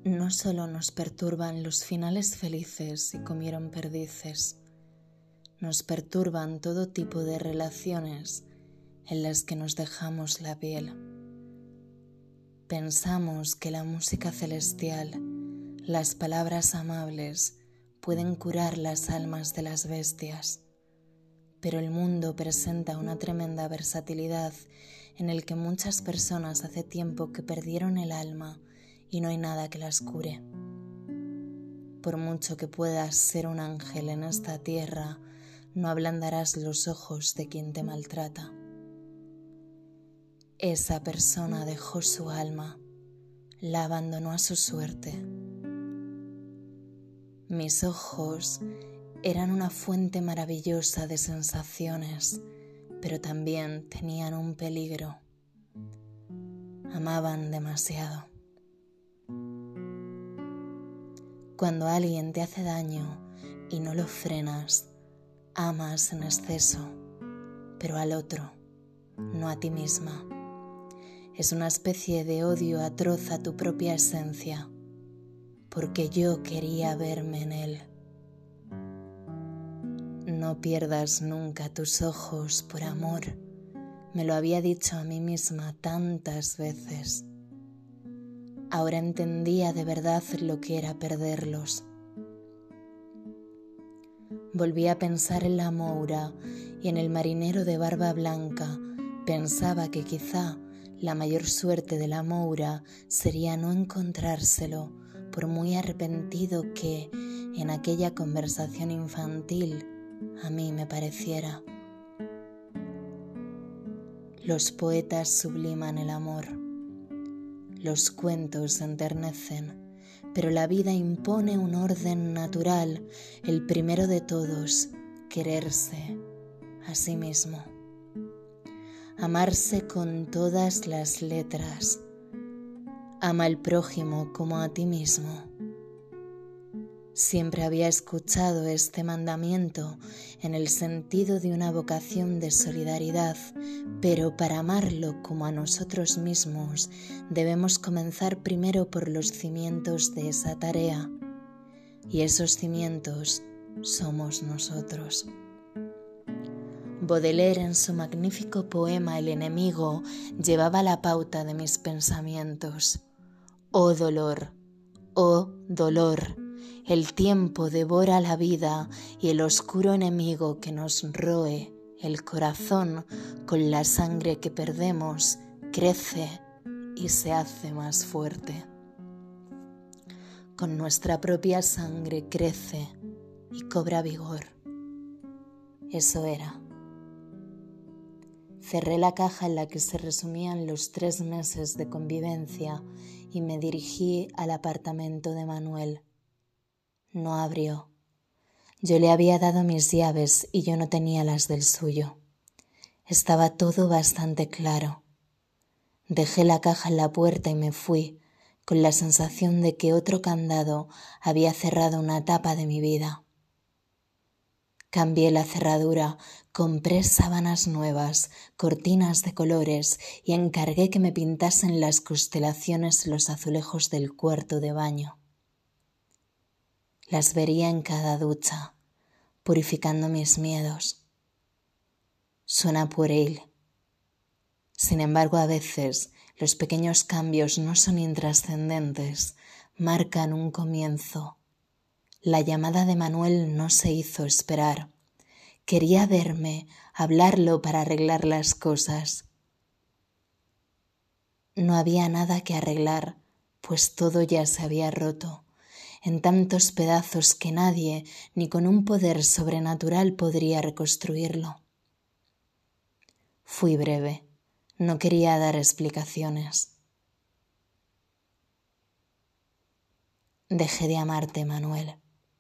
No solo nos perturban los finales felices y comieron perdices, nos perturban todo tipo de relaciones en las que nos dejamos la piel. Pensamos que la música celestial, las palabras amables, pueden curar las almas de las bestias, pero el mundo presenta una tremenda versatilidad en el que muchas personas hace tiempo que perdieron el alma y no hay nada que las cure. Por mucho que puedas ser un ángel en esta tierra, no ablandarás los ojos de quien te maltrata. Esa persona dejó su alma, la abandonó a su suerte. Mis ojos eran una fuente maravillosa de sensaciones, pero también tenían un peligro. Amaban demasiado. Cuando alguien te hace daño y no lo frenas, amas en exceso, pero al otro, no a ti misma. Es una especie de odio atroz a tu propia esencia, porque yo quería verme en él. No pierdas nunca tus ojos por amor, me lo había dicho a mí misma tantas veces. Ahora entendía de verdad lo que era perderlos. Volví a pensar en la moura y en el marinero de barba blanca. Pensaba que quizá la mayor suerte de la moura sería no encontrárselo, por muy arrepentido que, en aquella conversación infantil, a mí me pareciera. Los poetas subliman el amor. Los cuentos enternecen, pero la vida impone un orden natural, el primero de todos, quererse a sí mismo. Amarse con todas las letras. Ama al prójimo como a ti mismo. Siempre había escuchado este mandamiento en el sentido de una vocación de solidaridad, pero para amarlo como a nosotros mismos debemos comenzar primero por los cimientos de esa tarea, y esos cimientos somos nosotros. Baudelaire, en su magnífico poema El enemigo, llevaba la pauta de mis pensamientos. Oh dolor, el tiempo devora la vida y el oscuro enemigo que nos roe el corazón con la sangre que perdemos crece y se hace más fuerte. Con nuestra propia sangre crece y cobra vigor. Eso era. Cerré la caja en la que se resumían los 3 meses de convivencia y me dirigí al apartamento de Manuel. No abrió. Yo le había dado mis llaves y yo no tenía las del suyo. Estaba todo bastante claro. Dejé la caja en la puerta y me fui, con la sensación de que otro candado había cerrado una etapa de mi vida. Cambié la cerradura, compré sábanas nuevas, cortinas de colores y encargué que me pintasen las constelaciones los azulejos del cuarto de baño. Las vería en cada ducha, purificando mis miedos. Suena pueril. Sin embargo, a veces los pequeños cambios no son intrascendentes, marcan un comienzo. La llamada de Manuel no se hizo esperar. Quería verme, hablarlo para arreglar las cosas. No había nada que arreglar, pues todo ya se había roto, en tantos pedazos que nadie, ni con un poder sobrenatural, podría reconstruirlo. Fui breve, no quería dar explicaciones. Dejé de amarte, Manuel.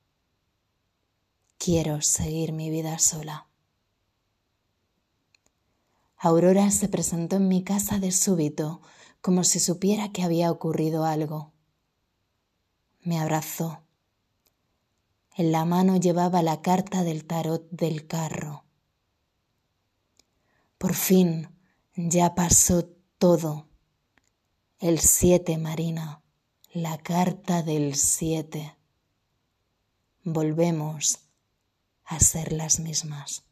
Quiero seguir mi vida sola. Aurora se presentó en mi casa de súbito, como si supiera que había ocurrido algo. Me abrazó. En la mano llevaba la carta del tarot del carro. Por fin, ya pasó todo. El 7, Marina, La carta del 7. Volvemos a ser las mismas.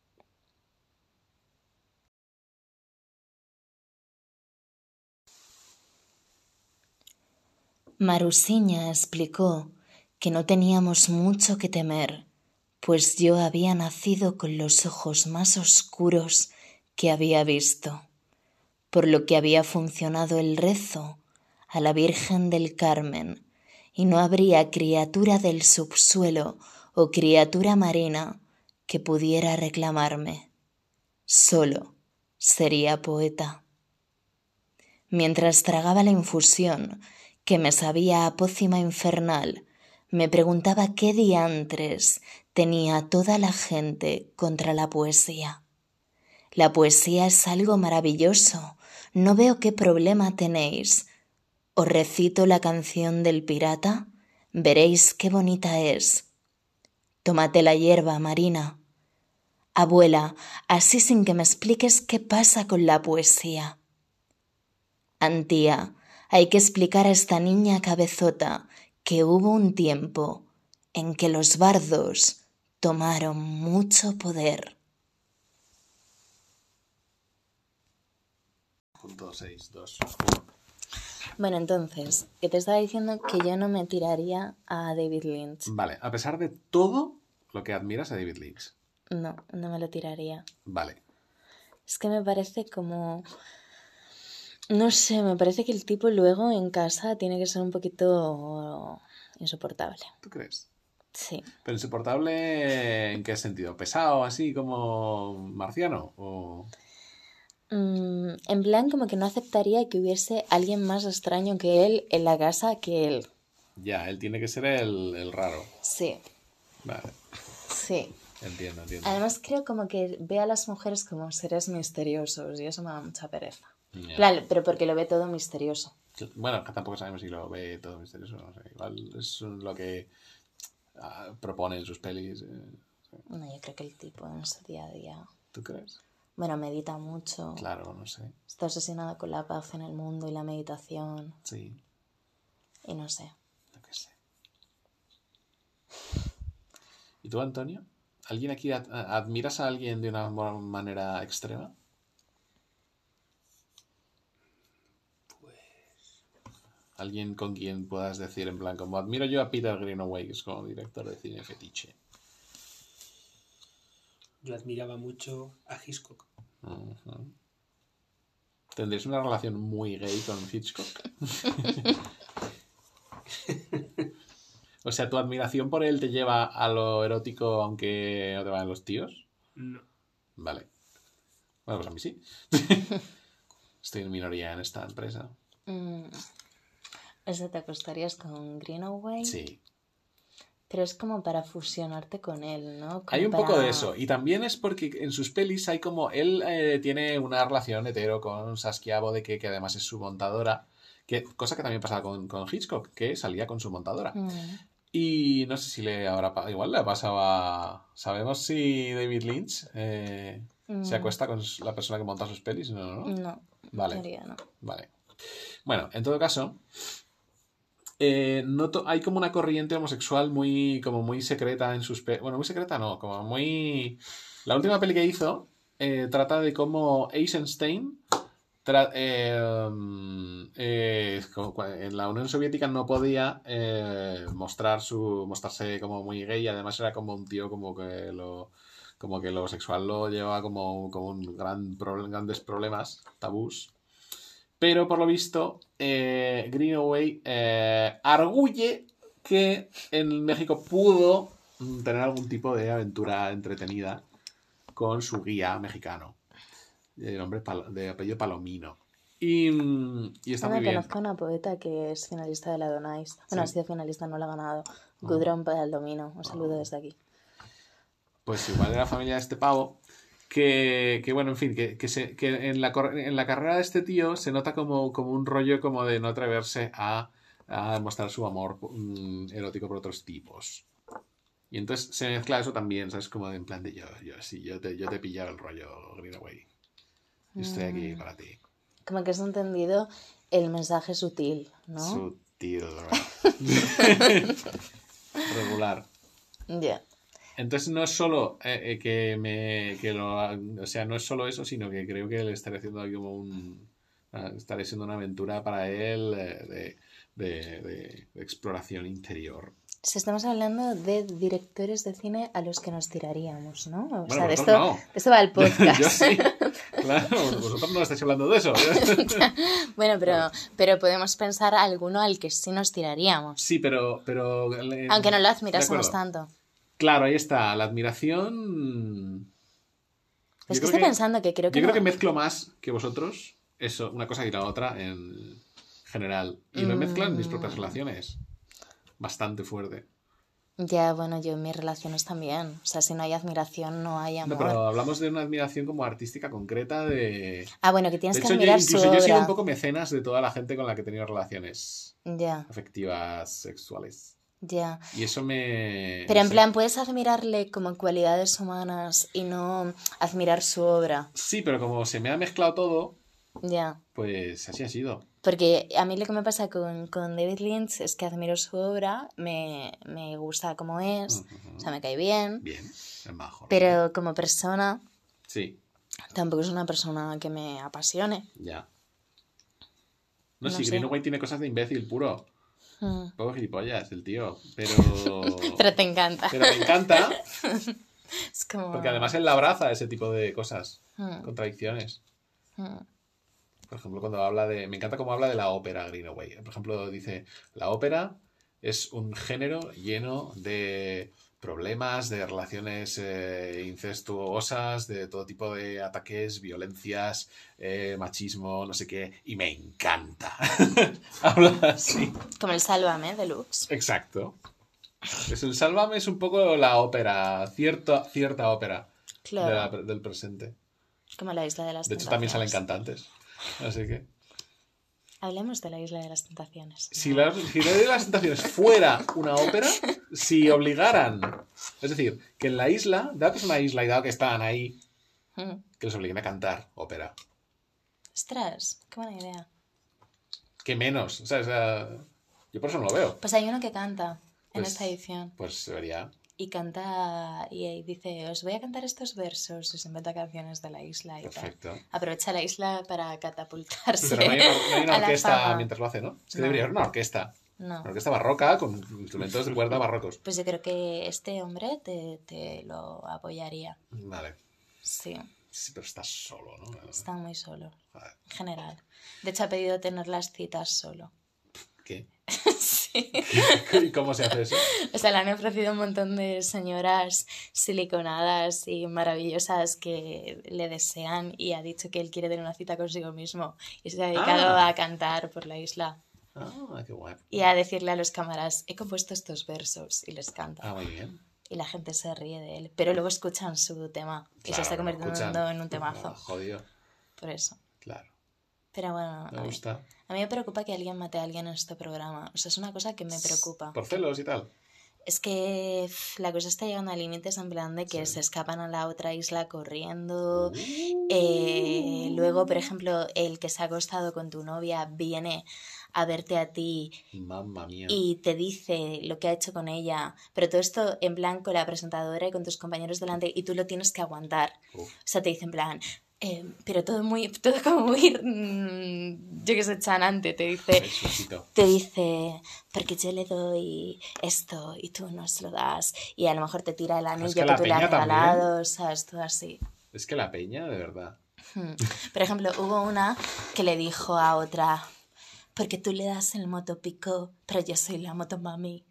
Marusiña explicó que no teníamos mucho que temer, pues yo había nacido con los ojos más oscuros que había visto, por lo que había funcionado el rezo a la Virgen del Carmen, y no habría criatura del subsuelo o criatura marina que pudiera reclamarme. Solo sería poeta. Mientras tragaba la infusión, que me sabía a pócima infernal, me preguntaba qué diantres tenía toda la gente contra la poesía. La poesía es algo maravilloso, no veo qué problema tenéis. Os recito la canción del pirata, veréis qué bonita es. Tómate la hierba, Marina. Abuela, así sin que me expliques qué pasa con la poesía. Antía, hay que explicar a esta niña cabezota que hubo un tiempo en que los bardos tomaron mucho poder. Punto 6, 2. Bueno, entonces, que te estaba diciendo que yo no me tiraría a David Lynch. Vale, a pesar de todo lo que admiras a David Lynch. No, no me lo tiraría. Vale. Es que me parece como... No sé, me parece que el tipo luego en casa tiene que ser un poquito insoportable. ¿Tú crees? Sí. ¿Pero insoportable en qué sentido? ¿Pesado, así como marciano? ¿O...? En plan, como que no aceptaría que hubiese alguien más extraño que él en la casa que él. Ya, él tiene que ser el raro. Sí. Vale. Sí. Entiendo. Además creo como que ve a las mujeres como seres misteriosos y eso me da mucha pereza. Yeah. Claro, pero porque lo ve todo misterioso. Bueno, que tampoco sabemos si lo ve todo misterioso. No sé. Igual es lo que propone en sus pelis. No, yo creo que el tipo en su día a día... ¿Tú crees? Bueno, medita mucho. Claro, no sé. Está obsesionado con la paz en el mundo y la meditación. Sí. Y no sé. Lo que sé. ¿Y tú, Antonio? ¿Alguien aquí admiras a alguien de una manera extrema? Pues... Alguien con quien puedas decir en plan, como admiro yo a Peter Greenaway, que es como director de cine fetiche. Yo admiraba mucho a Hitchcock. Uh-huh. ¿Tendréis una relación muy gay con Hitchcock? O sea, ¿tu admiración por él te lleva a lo erótico aunque no te vayan los tíos? No. Vale. Bueno, pues a mí sí. Estoy en minoría en esta empresa. ¿Eso te acostarías con Greenaway? Sí. Pero es como para fusionarte con él, ¿no? Como hay un poco de eso. Y también es porque en sus pelis hay como... Él tiene una relación hetero con Saskia Bodeke, que además es su montadora. Cosa que también pasaba con Hitchcock, que salía con su montadora. Y no sé si le habrá... Igual le ha pasado a... ¿Sabemos si David Lynch se acuesta con la persona que monta sus pelis? No. No. Vale. Teoría, no. Vale. Bueno, en todo caso... hay como una corriente homosexual muy secreta en sus... Bueno, muy secreta no, como muy... La última peli que hizo trata de cómo Eisenstein en la Unión Soviética no podía mostrarse como muy gay, y además era como un tío como que lo sexual lo llevaba como un grandes problemas, tabús. Pero por lo visto, Greenaway arguye que en México pudo tener algún tipo de aventura entretenida con su guía mexicano, de nombre de apellido Palomino. Y está muy bien. Conozco a una poeta que es finalista de la Donais. Bueno, ¿Sí? ha sido finalista, no la ha ganado. Gudrun Palomino. Un saludo desde aquí. Pues igual de la familia de este pavo. Que bueno, en fin, que en la carrera de este tío se nota como un rollo como de no atreverse a mostrar su amor erótico por otros tipos. Y entonces se mezcla eso también, ¿sabes? Como de en plan de yo te he pillado el rollo, Greenaway. Yo estoy aquí para ti. Como que has entendido el mensaje sutil, ¿no? divertido. Regular. Ya. Entonces no es solo o sea, no es solo eso, sino que creo que le estaré haciendo ahí como estaré siendo una aventura para él de exploración interior. Si estamos hablando de directores de cine a los que nos tiraríamos, ¿no? O Bueno, sea, de vosotros esto, no. de esto va el podcast. Yo sí. Claro, vosotros no estáis hablando de eso. Bueno, pero podemos pensar alguno al que sí nos tiraríamos. Sí, pero Aunque no lo de admirásemos acuerdo. tanto. Claro, ahí está. La admiración. Es que estoy pensando que creo que Yo creo no. que mezclo más que vosotros eso, una cosa y la otra en general. Y lo mezclo en mis propias relaciones. Bastante fuerte. Ya, bueno, yo en mis relaciones también. O sea, si no hay admiración, no hay amor. No, pero hablamos de una admiración como artística concreta de... Ah, bueno, que tienes De que hecho, admirar su yo he sido obra. un poco mecenas de toda la gente con la que he tenido relaciones Ya, afectivas, sexuales. ya. Y eso me... Pero no en sé. plan, puedes admirarle como cualidades humanas y no admirar su obra. Sí, pero como se me ha mezclado todo, Ya. pues así ha sido. Porque a mí lo que me pasa con David Lynch es que admiro su obra, me gusta cómo es, Ujú. o sea, me cae bien, Bien, es majo, ¿no? pero como persona Sí, tampoco es una persona que me apasione. ya. No No, sí, sé. Greenaway tiene cosas de imbécil puro. Mm. Un poco gilipollas el tío, pero... Pero te encanta. Pero me encanta, Es como... porque además él la abraza ese tipo de cosas, Mm, contradicciones. mm. Por ejemplo, cuando habla de... Me encanta cómo habla de la ópera Greenaway. Por ejemplo, dice, la ópera es un género lleno de problemas, de relaciones incestuosas, de todo tipo de ataques, violencias, machismo, no sé qué, y me encanta. Habla así. Como el Sálvame Deluxe. Exacto. Pues el Sálvame es un poco la ópera, cierta ópera Claro, del presente. como la Isla de las De hecho, también salen Tentaciones. cantantes. Así que... Hablemos de la Isla de las Tentaciones. Si la de las Tentaciones fuera una ópera, si obligaran, es decir, que en la isla, dado que es una isla y dado que están ahí, Mm. que les obliguen a cantar ópera. Ostras, qué buena idea. ¿Qué menos? O sea, yo por eso no lo veo. Pues hay uno que canta en Pues- esta edición. Pues se vería. Y canta y dice, os voy a cantar estos versos y se inventa canciones de la isla y tal. Perfecto. Aprovecha la isla para catapultarse Pero no hay una a la orquesta fama. mientras lo hace, ¿no? Es que No. debería haber una orquesta. No, Una orquesta barroca con instrumentos de cuerda barrocos. pues yo creo que este hombre te lo apoyaría. Vale. Sí, Sí, pero estás solo, ¿no? está muy solo, Joder, en general. De hecho, ha pedido tener las citas solo. ¿qué? Sí. ¿Y cómo se hace eso? O sea, le han ofrecido un montón de señoras siliconadas y maravillosas que le desean y ha dicho que él quiere tener una cita consigo mismo y se ha dedicado Ah. a cantar por la isla Ah, qué guay. y a decirle a los cámaras, he compuesto estos versos y les canta. Ah, muy bien. Y la gente se ríe de él, pero luego escuchan su tema y se Claro, está lo convirtiendo escuchan. en un temazo, Ah, jodido. por eso. Claro. Pero bueno, Me gusta. a mí me preocupa que alguien mate a alguien en este programa. O sea, es una cosa que me preocupa. Por celos y tal. Es que la cosa está llegando a límites en plan de que Sí. se escapan a la otra isla corriendo. Luego, por ejemplo, el que se ha acostado con tu novia viene a verte a ti Mamma mía. y te dice lo que ha hecho con ella. Pero todo esto en plan con la presentadora y con tus compañeros delante y tú lo tienes que aguantar. Uf. O sea, te dice en plan... pero todo como muy, yo que sé, chanante, te dice, Es besito. porque yo le doy esto y tú no se lo das, y a lo mejor te tira el anillo que que la tú le has peña también. regalado, ¿sabes? Todo así. Es que la peña, de verdad. Por ejemplo, hubo una que le dijo a otra, porque tú le das el motopico, pero yo soy la motomami.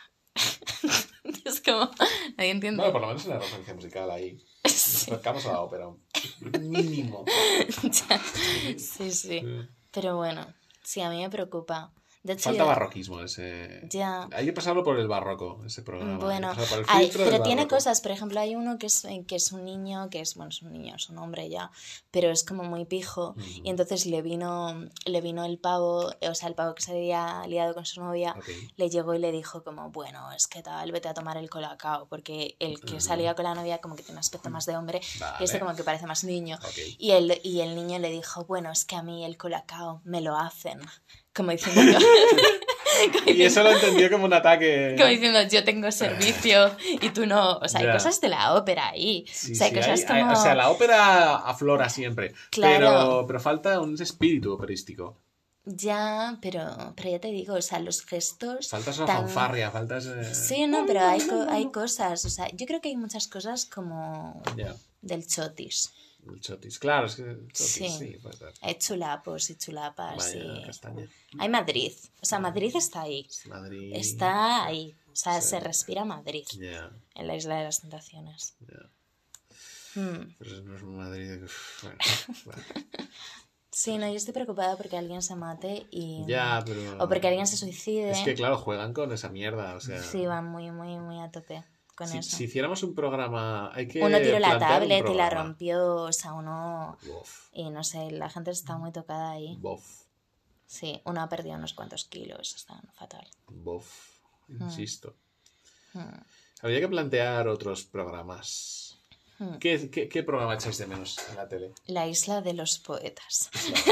Es como, nadie entiende. Bueno, por lo menos una referencia musical ahí. Nos acercamos a la ópera. Mínimo. Sí, sí. Pero bueno, sí, a mí me preocupa. De hecho, Falta yo- barroquismo ese. Ya. Hay que pasarlo por el barroco, ese programa. Bueno, Hay que pasarlo por el hay- filtro del pero tiene barroco. cosas, por ejemplo, hay uno que es un niño, bueno, es un niño, es un hombre ya, pero es como muy pijo, y entonces le vino el pavo, o sea, el pavo que se había liado con su novia, Ok. le llegó y le dijo como, bueno, es que tal, vete a tomar el colacao, porque el que salía con la novia como que tiene un aspecto más de hombre, Vale. y este como que parece más niño, Ok. y el niño le dijo, bueno, es que a mí el colacao me lo hacen, como diciendo yo. Y eso lo entendió como un ataque. Como diciendo, yo tengo servicio y tú no. O sea, hay Ya. cosas de la ópera ahí. Sí, o sea, hay sí, cosas como... o sea, la ópera aflora siempre. Claro. Pero falta un espíritu operístico. Ya, pero ya te digo, o sea, los gestos... Faltas una tan- fanfarria, faltas... Sí, no, pero hay cosas. O sea, yo creo que hay muchas cosas como Ya, del chotis. el chotis. Claro, es que el chotis, Sí. sí, puede ser. Hay chulapos y chulapas. Vaya, y... castaña. Hay Madrid. O sea, Madrid está ahí. Madrid... Está ahí. O sea, Sí. se respira Madrid Ya, en la Isla de las Tentaciones. ya. Hmm. Pero eso no es Madrid... Bueno, bueno. Sí, no, yo estoy preocupada porque alguien se mate y... Ya, pero... O porque alguien se suicide. Es que, claro, juegan con esa mierda, o sea... Sí, van muy, muy, muy a tope con eso. Si hiciéramos un programa... Hay que Uno tiró la plantear un tablet y la programa. rompió, o sea, uno... Bof, Y no sé, la gente está muy tocada ahí. bof, Sí, uno ha perdido unos cuantos kilos, está fatal. bof. Insisto. Hmm. Habría que plantear otros programas. Hmm. ¿Qué programa echáis de menos en la tele? La isla de los poetas.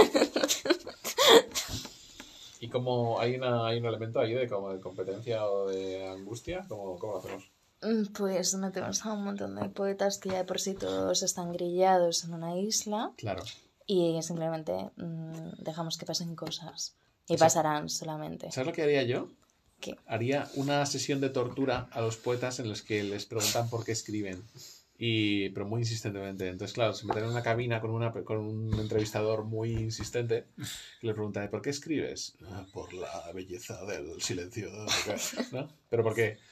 ¿Y cómo hay un elemento ahí de como de competencia o de angustia? ¿Cómo lo hacemos? Pues metemos a un montón de poetas que ya de por sí todos están grillados en una isla Claro. y simplemente dejamos que pasen cosas. Y O sea, pasarán solamente. ¿Sabes lo que haría yo? ¿Qué? Haría una sesión de tortura a los poetas en los que les preguntan por qué escriben. Pero muy insistentemente. Entonces, claro, se meten en una cabina con un entrevistador muy insistente que le pregunta, ¿por qué escribes? Por la belleza del silencio. ¿No? ¿Pero por qué?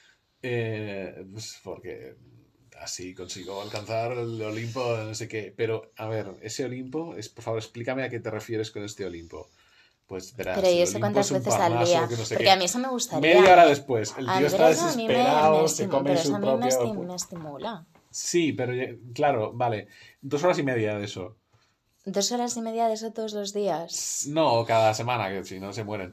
Pues porque así consigo alcanzar el Olimpo, no sé qué. Pero, a ver, ese Olimpo, por favor, explícame a qué te refieres con este Olimpo. Pues verás, Pero ¿y el eso Olimpo cuántas es un veces al Parnaso, día? que no sé Porque qué. a mí eso me gustaría. Media hora después, el tío Andrés, está a mí desesperado, se estimula, come pero su eso a mí propio... me estimula. Sí, pero claro, vale. 2 horas y media de eso. 2 horas y media de eso todos los días. No, cada semana, que si no se mueren.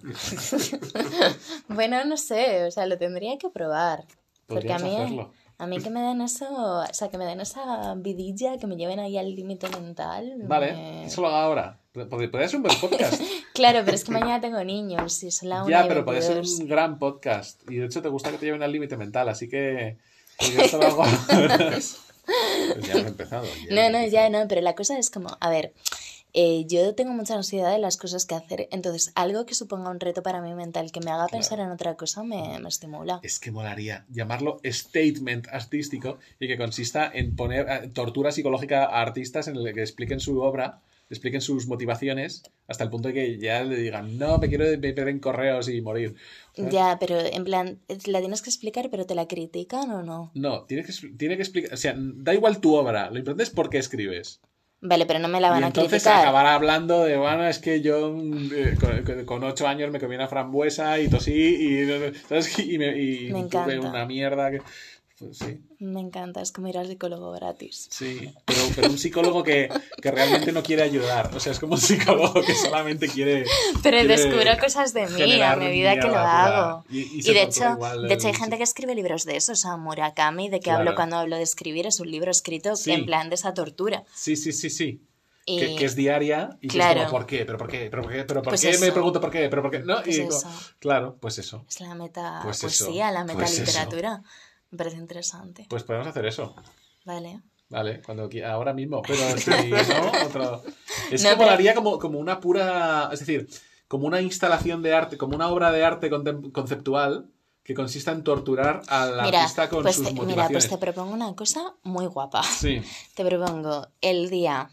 Bueno, no sé, o sea, lo tendría que probar. Porque Podrías hacerlo. a mí que me den eso, o sea, que me den esa vidilla, que me lleven ahí al límite mental. Vale, eso lo hago ahora. Podría ser un buen podcast. Claro, pero es que mañana tengo niños y son la 1:22. Ya, pero podría ser un gran podcast. Y de hecho te gusta que te lleven al límite mental, así que... Porque esto lo hago... Pues ya hemos empezado. No, pero la cosa es como, a ver, yo tengo mucha ansiedad de las cosas que hacer, entonces algo que suponga un reto para mi mental, que me haga pensar en otra cosa, me estimula. Es que molaría llamarlo statement artístico y que consista en poner tortura psicológica a artistas en el que expliquen su obra, expliquen sus motivaciones, hasta el punto de que ya le digan, no, me quiero meter en correos y morir. ¿Sabes? Ya, pero en plan, la tienes que explicar, pero ¿te la critican o no? No, tiene que explicar, o sea, da igual tu obra, lo importante es por qué escribes. Vale, pero no me la van Y a entonces criticar. acabará hablando de, bueno, es que yo con 8 años me comí una frambuesa y tosí y, ¿sabes? Y Me tuve encanta. una mierda que... Pues sí, Me encanta, es como ir al psicólogo gratis. sí, pero un psicólogo que realmente no quiere ayudar, o sea, es como un psicólogo que solamente quiere... Pero quiere descubro cosas de mí a generar medida que lo mierda hago. pura. Y se de tortura hecho, igual hay el- gente que escribe libros de eso, o sea, Murakami, de que Claro. hablo cuando hablo de escribir, es un libro escrito Sí. en plan de esa tortura. Sí. Y... Que es diaria y Claro. que es como, ¿por qué? ¿Pero por qué? ¿Pero por qué? ¿Pero por Pues qué? eso. Me pregunto por qué, ¿pero por qué? No, Pues y digo, eso. claro, pues eso. Es la meta Pues eso, poesía, la meta pues eso. literatura. Me parece interesante. Pues podemos hacer eso. Vale. Vale, ahora mismo, pero si no, otro... Es No, que pero- molaría como una pura... Es decir, como una instalación de arte, como una obra de arte conceptual que consista en torturar al artista con sus mira, motivaciones. pues te propongo una cosa muy guapa. Sí, Te propongo el día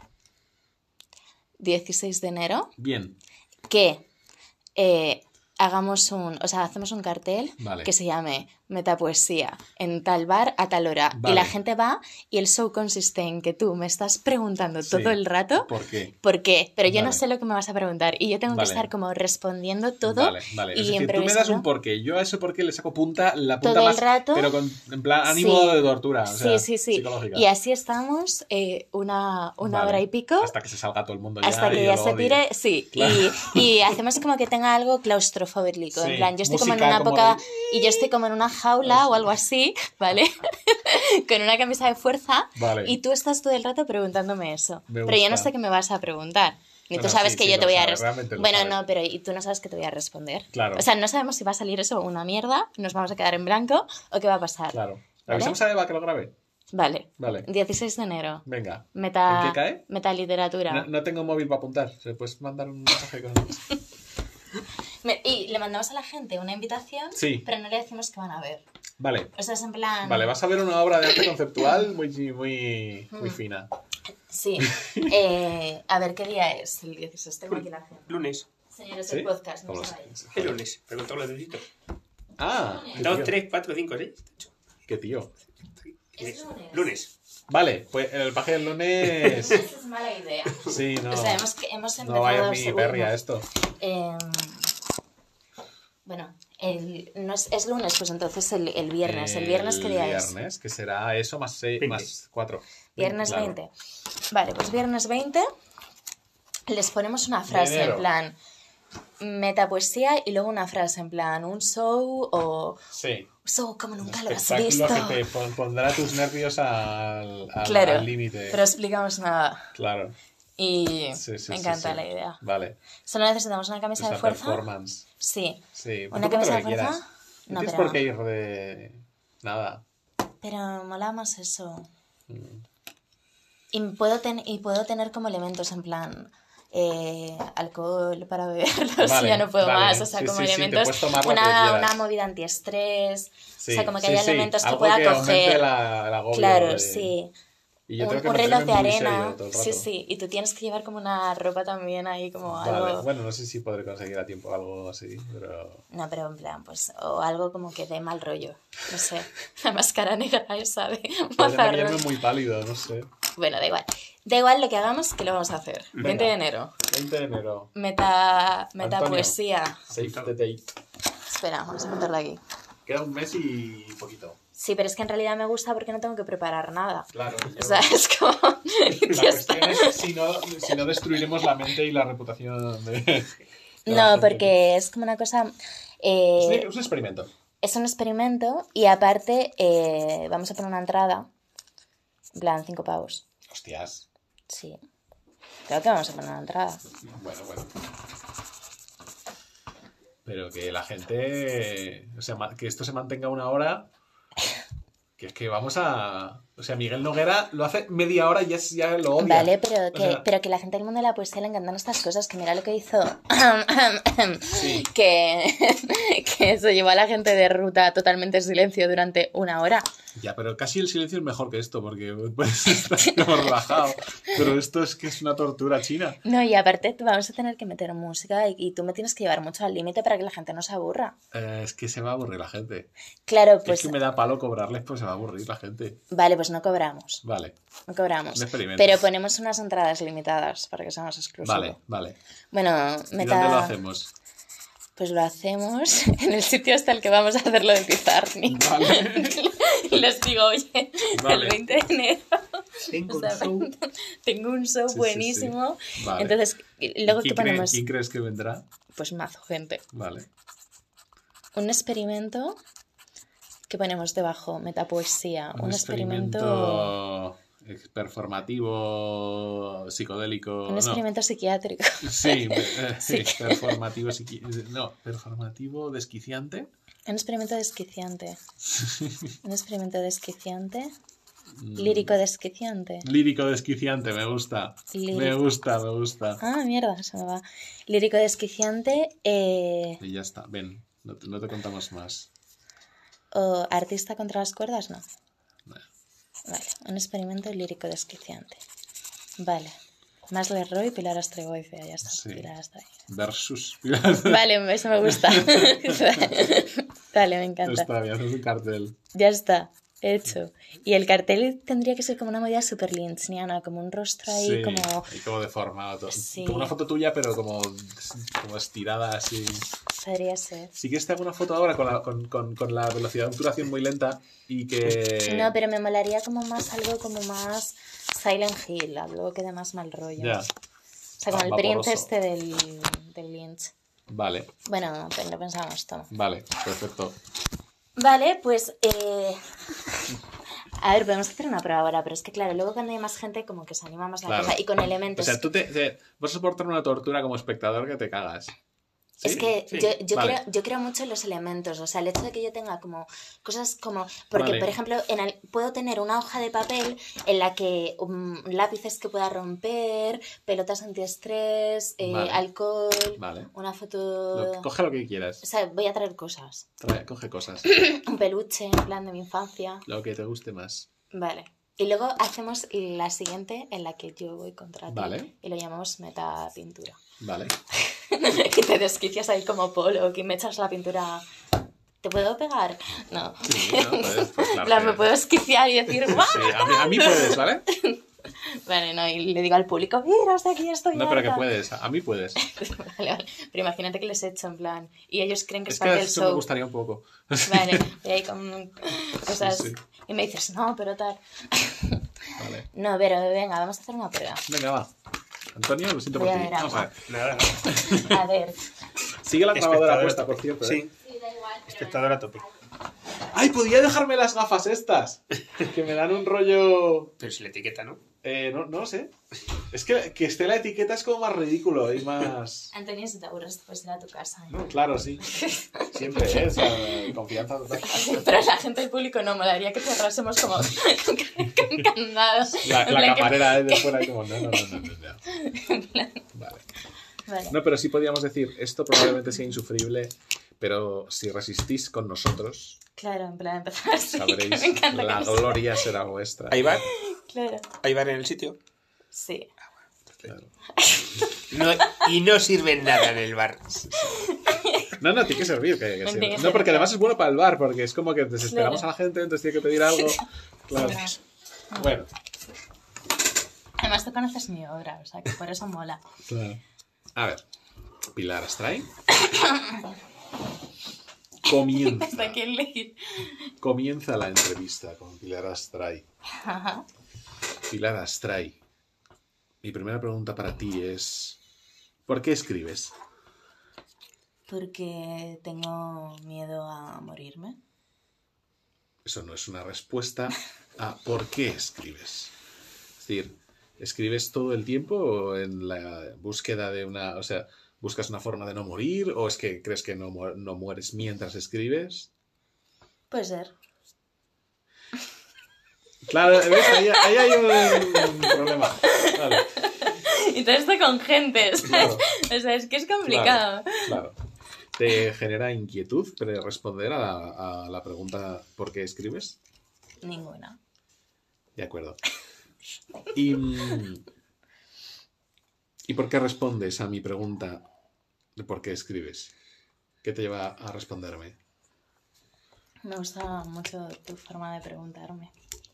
16 de enero bien. que hacemos un cartel Vale. que se llame Metapoesía en tal bar a tal hora. Vale. Y la gente va y el show consiste en que tú me estás preguntando Sí. todo el rato ¿Por qué? por qué, pero yo no Vale. sé lo que me vas a preguntar y yo tengo Vale. que estar como respondiendo todo Vale. Es y decir, tú me das improvisando. un porqué. Yo a ese porqué le saco la punta Todo el más, rato. pero en plan ánimo Sí. de tortura. O sea, Sí. psicológica. Y así estamos una Vale. hora y pico. Hasta que se salga todo el mundo Hasta ya que y ya lo se odie. tire, sí, Claro. y hacemos como que tenga algo claustrofóbico, Sí, en plan, yo estoy como en música una como época de- y yo estoy como en una jaula o algo así, ¿vale? Con una camisa de fuerza Vale. y tú estás todo el rato preguntándome eso, Me pero yo no gusta. sé qué me vas a preguntar, Y Bueno, tú sabes sí, que sí, yo lo te voy a sabe, responder. realmente lo Bueno, sabe. no, pero y tú no sabes que te voy a responder. Claro. O sea, no sabemos si va a salir eso una mierda, nos vamos a quedar en blanco o qué va a pasar. Claro. ¿Le ¿Vale? avisamos a Eva que lo grabe? Vale. Vale. 16 de enero. Venga. Meta... ¿En qué cae? Metaliteratura. No tengo móvil para apuntar. ¿Se puedes mandar un mensaje con...? Y le mandamos a la gente una invitación, Sí. pero no le decimos que van a ver. Vale. O sea, es en plan... Vale, vas a ver una obra de arte conceptual muy fina. Sí. A ver, ¿qué día es? El 16. Tengo aquí la agenda. Lunes. Señores ¿Sí? del podcast, no ¿Cómo se lo vayan. sé? El lunes. Pero con todos los deditos. Ah, qué 2, tío. 3, 4, 5, 6. Qué tío. Es lunes. Lunes. Vale, pues el paje del lunes... Esa es mala idea. Sí, no. O sea, hemos empezado... No vayas ni según- perria esto. Bueno, no es lunes, pues entonces el viernes. ¿El viernes qué día es? El viernes, que será eso más 6, 20. más 4. Viernes Claro. 20. Vale, pues viernes 20 les ponemos una frase enero. en plan metapoesía y luego una frase en plan un show o Sí. show como nunca lo has Espectáculo visto. que te pondrá tus nervios Claro, al límite. pero explicamos nada. Claro. Y Sí, sí, me sí, encanta sí. la idea. Vale. Solo necesitamos una camisa Esa de fuerza. performance. Sí. Sí. ¿Una Tú ponte camisa lo de que fuerza? quieras. No No, tienes pero- por qué ir de... Nada. Pero mola más eso. Mm. Y puedo tener como elementos en plan alcohol para beberlos Vale, y ya no puedo vale. más. O sea, Sí, como sí, sí, te elementos. puedes tomar lo que una quieras. movida antiestrés. Sí, o sea, como que sí, haya sí. elementos que Algo pueda que aumente coger. el agobio Claro, de- sí. Y yo tengo que Un reloj de mantenerme muy arena. serio todo el Sí, rato. sí. Y tú tienes que llevar como una ropa también ahí, como Vale. algo. Bueno, no sé si podré conseguir a tiempo algo así, pero... No, pero en plan, pues. O algo como que dé mal rollo. No sé. La máscara negra esa de Podré mazarrón. maquillarme muy pálido, no sé. Bueno, da igual. Da igual lo que hagamos, que lo vamos a hacer. Venga. 20 de enero. 20 de enero. Metapoesía. Save the date. Espera, vamos a apuntarlo aquí. Queda un mes y poquito. Sí, pero es que en realidad me gusta porque no tengo que preparar nada. Claro. O sea, es como... La ya está. cuestión es si no destruiremos la mente y la reputación de la No, gente. porque es como una cosa... Es un experimento. es un experimento y aparte vamos a poner una entrada. En plan, 5 pavos. Hostias. Sí. Creo que vamos a poner una entrada. Bueno. Pero que la gente... O sea, que esto se mantenga una hora... Que es que vamos a... O sea, Miguel Noguera lo hace media hora y ya lo odia. Vale, pero O sea, que la gente del mundo de la poesía le encantan estas cosas. Que mira lo que hizo. Sí. que se llevó a la gente de ruta totalmente en silencio durante una hora. Ya, pero casi el silencio es mejor que esto, porque puedes estar como relajado. Pero esto es que es una tortura china. No, y aparte vamos a tener que meter música y tú me tienes que llevar mucho al límite para que la gente no se aburra. Es que se va a aburrir la gente. Claro, pues... Es que me da palo cobrarles, pues se va a aburrir la gente. Vale, pues no cobramos. Vale, No cobramos. Un experimento. Pero ponemos unas entradas limitadas para que sea más exclusivo. vale. Bueno, ¿Y dónde lo hacemos? Pues lo hacemos en el sitio hasta el que vamos a hacerlo de Pizarni. Vale. Y les digo, oye, Vale. el 20 de enero Tengo o sea, un show. tengo un show Sí, sí, buenísimo. sí. Vale. Entonces, luego ¿qué ponemos? ¿Quién crees que vendrá? Pues mazo gente. Vale. Un experimento. ¿Qué ponemos debajo? Metapoesía. Un experimento performativo, psicodélico. Un experimento psiquiátrico. Sí, performativo, performativo desquiciante. Un experimento desquiciante. Un experimento desquiciante. Lírico desquiciante. Lírico desquiciante, me gusta. Lírico. Me gusta. Ah, mierda, se me va. Lírico desquiciante. Y ya está, ven, no te contamos más. ¿O artista contra las cuerdas? No. Bueno, Vale, un experimento lírico desquiciante. Vale. Más Leroy, Pilar Astregoicia, ya está. Sí. Pilar está ahí. versus. Vale, eso me gusta. Vale, me encanta. Está bien, haces un cartel. Ya está, hecho. Y el cartel tendría que ser como una movida super lynchniana, como un rostro ahí, Sí, como... y como deformado todo. Sí. Como una foto tuya, pero como estirada así. Podría ser. Si quieres te hago una foto ahora con la velocidad de obturación muy lenta y que... No, pero me molaría como más algo como más Silent Hill, algo que dé más mal rollo. Ya, O sea, como el vaporoso. prince este del Lynch. vale, Bueno, pero lo pensamos todo. vale, perfecto. Vale, pues A ver, podemos hacer una prueba ahora, pero es que claro, luego cuando hay más gente como que se anima más la Claro. cosa y con O elementos. sea, vas a soportar una tortura como espectador que te cagas. ¿Sí? Es que Sí. yo, Vale. yo creo mucho en los elementos, o sea, el hecho de que yo tenga como cosas como... Porque, Vale. por ejemplo, puedo tener una hoja de papel en la que lápices que pueda romper, pelotas antiestrés, Vale. alcohol, Vale. una foto... Coge lo que quieras. O sea, voy a traer cosas. Coge cosas. Un peluche, en plan de mi infancia. Lo que te guste más. Vale. Y luego hacemos la siguiente en la que yo voy contra ti. Vale. Y lo llamamos metapintura. Vale. Que te desquicias ahí como polo, que me echas la pintura. ¿Te puedo pegar? No. Sí, no, pues En claro. plan, que- me puedo esquiciar y decir, ¡va! Sí, a mí puedes, ¿vale? Vale, no, y le digo al público, mira, hasta aquí estoy. No, pero que harta". puedes. A mí puedes. Vale, vale. Pero imagínate que les echo en plan. Y ellos creen que es Es que parte del eso me show. gustaría un poco. Vale, y ahí con cosas. Sí, sí. Y me dices, no, pero tal. Vale. No, pero venga, vamos a hacer una prueba. Venga, va. Voy Antonio, lo siento por a ti. ver Vamos a agua. ver. Nada. A ver. Sigue la grabadora Espectador puesta, a por tope. cierto. ¿eh? Sí, Sí, da igual. espectador a tope. ¡Ay, podía dejarme las gafas estas! Que me dan un rollo... Pero si la etiqueta, ¿no? No lo sé. Es que esté la etiqueta es como más ridículo y más... Antonio, si te aburres, te puedes ir a tu casa. ¿eh? No, claro, sí. Siempre, ¿eh? O sea, confianza total. Pero la gente del público no, molaría que cerrásemos como con candados. La En plan que- camarera de fuera como... No. Vale. Vale. No, pero sí podríamos decir, esto probablemente sea insufrible, pero si resistís con nosotros, Claro, en plan empezar así. sabréis, Me encanta la que no gloria será vuestra. ¿Hay bar? Claro. ¿Hay bar en el sitio? Sí. Claro. No, y no sirve nada en el bar. No, tiene que servir. Que Tiene sirva. que No, servir. porque además es bueno para el bar, porque es como que desesperamos Claro. a la gente, entonces tiene que pedir algo. Claro. Bueno, Además, tú conoces mi obra, o sea que por eso mola. claro. A ver, Pilar Astray. Comienza, Hasta aquí el leer. comienza la entrevista con Pilar Astray. Ajá. Pilar Astray, mi primera pregunta para ti es: ¿por qué escribes? Porque tengo miedo a morirme. Eso no es una respuesta a por qué escribes. Es decir, ¿escribes todo el tiempo en la búsqueda de una... O sea, ¿buscas una forma de no morir? ¿O es que crees que no mueres mientras escribes? Puede ser. Claro, ¿ves? Ahí hay un problema. Vale, Y todo esto con gente, ¿sabes? claro, O sea, es que es complicado. claro. ¿Te genera inquietud responder a la pregunta ¿por qué escribes? Ninguna. De acuerdo. ¿Y por qué respondes a mi pregunta de por qué escribes? ¿Qué te lleva a responderme? Me gusta mucho tu forma de preguntarme.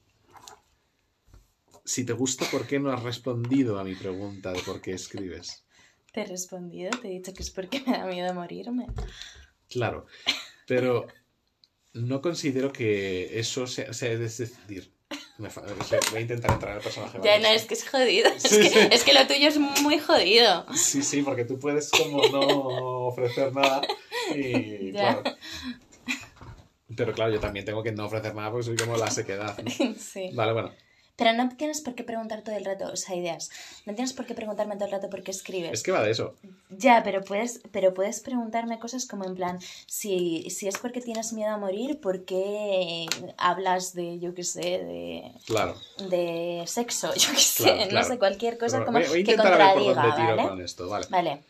Si te gusta, ¿por qué no has respondido a mi pregunta de por qué escribes? Te he respondido, te he dicho que es porque me da miedo morirme. Claro, pero no considero que eso sea es decir, voy a intentar entrar en el personaje. Ya, ¿vale? no, es que es jodido. Es que lo tuyo es muy jodido. Sí, porque tú puedes como no ofrecer nada y Ya. claro. Pero claro, yo también tengo que no ofrecer nada porque soy como la sequedad, ¿no? Sí. Vale, bueno. Pero no tienes por qué preguntar todo el rato, o sea, ideas. No tienes por qué preguntarme todo el rato por qué escribes. Es que va de eso. Ya, pero puedes preguntarme cosas como en plan, si es porque tienes miedo a morir, ¿por qué hablas de, yo qué sé, Claro. de sexo? Yo qué sé, Claro, no claro. sé, cualquier cosa Pero como voy a que intentar a ver por contradiga, dónde tiro ¿vale? con esto. Vale. Vale,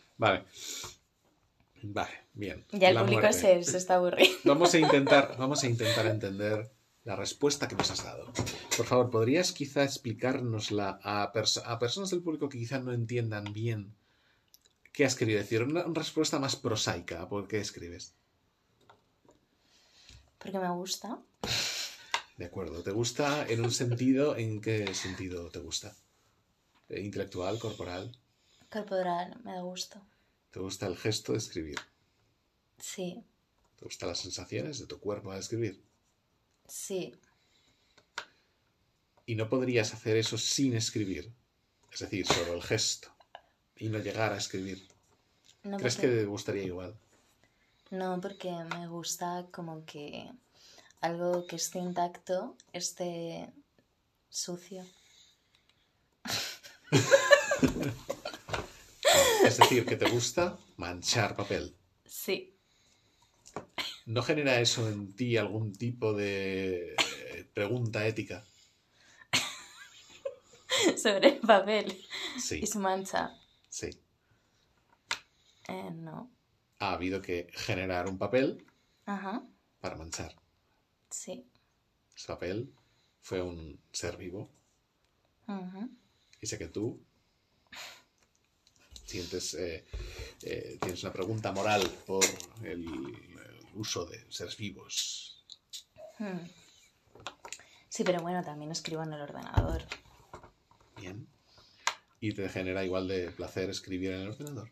Vale, bien. ya el La público muerte. se está aburriendo. Vamos a intentar entender la respuesta que nos has dado. Por favor, ¿podrías quizá explicárnosla a personas del público que quizá no entiendan bien qué has querido decir? Una respuesta más prosaica a por qué escribes. Porque me gusta. De acuerdo. ¿Te gusta en un sentido? ¿En qué sentido te gusta? ¿Intelectual, corporal? Corporal, me da gusto. ¿Te gusta el gesto de escribir? Sí, ¿Te gustan las sensaciones de tu cuerpo al escribir? sí. Y no podrías hacer eso sin escribir. Es decir, solo el gesto. Y no llegar a escribir. No, ¿Crees que porque, te gustaría igual? no, porque me gusta como que algo que esté intacto, esté sucio. Es decir, que te gusta manchar papel. Sí. ¿No genera eso en ti algún tipo de pregunta ética? Sobre el papel Sí, y su mancha. sí. No. Ha habido que generar un papel Ajá. para manchar. Sí. Ese papel fue un ser vivo. Ujú. Y sé que tú sientes, tienes una pregunta moral por el uso de seres vivos. Sí, pero bueno, también escribo en el ordenador. Bien. ¿Y te genera igual de placer escribir en el ordenador?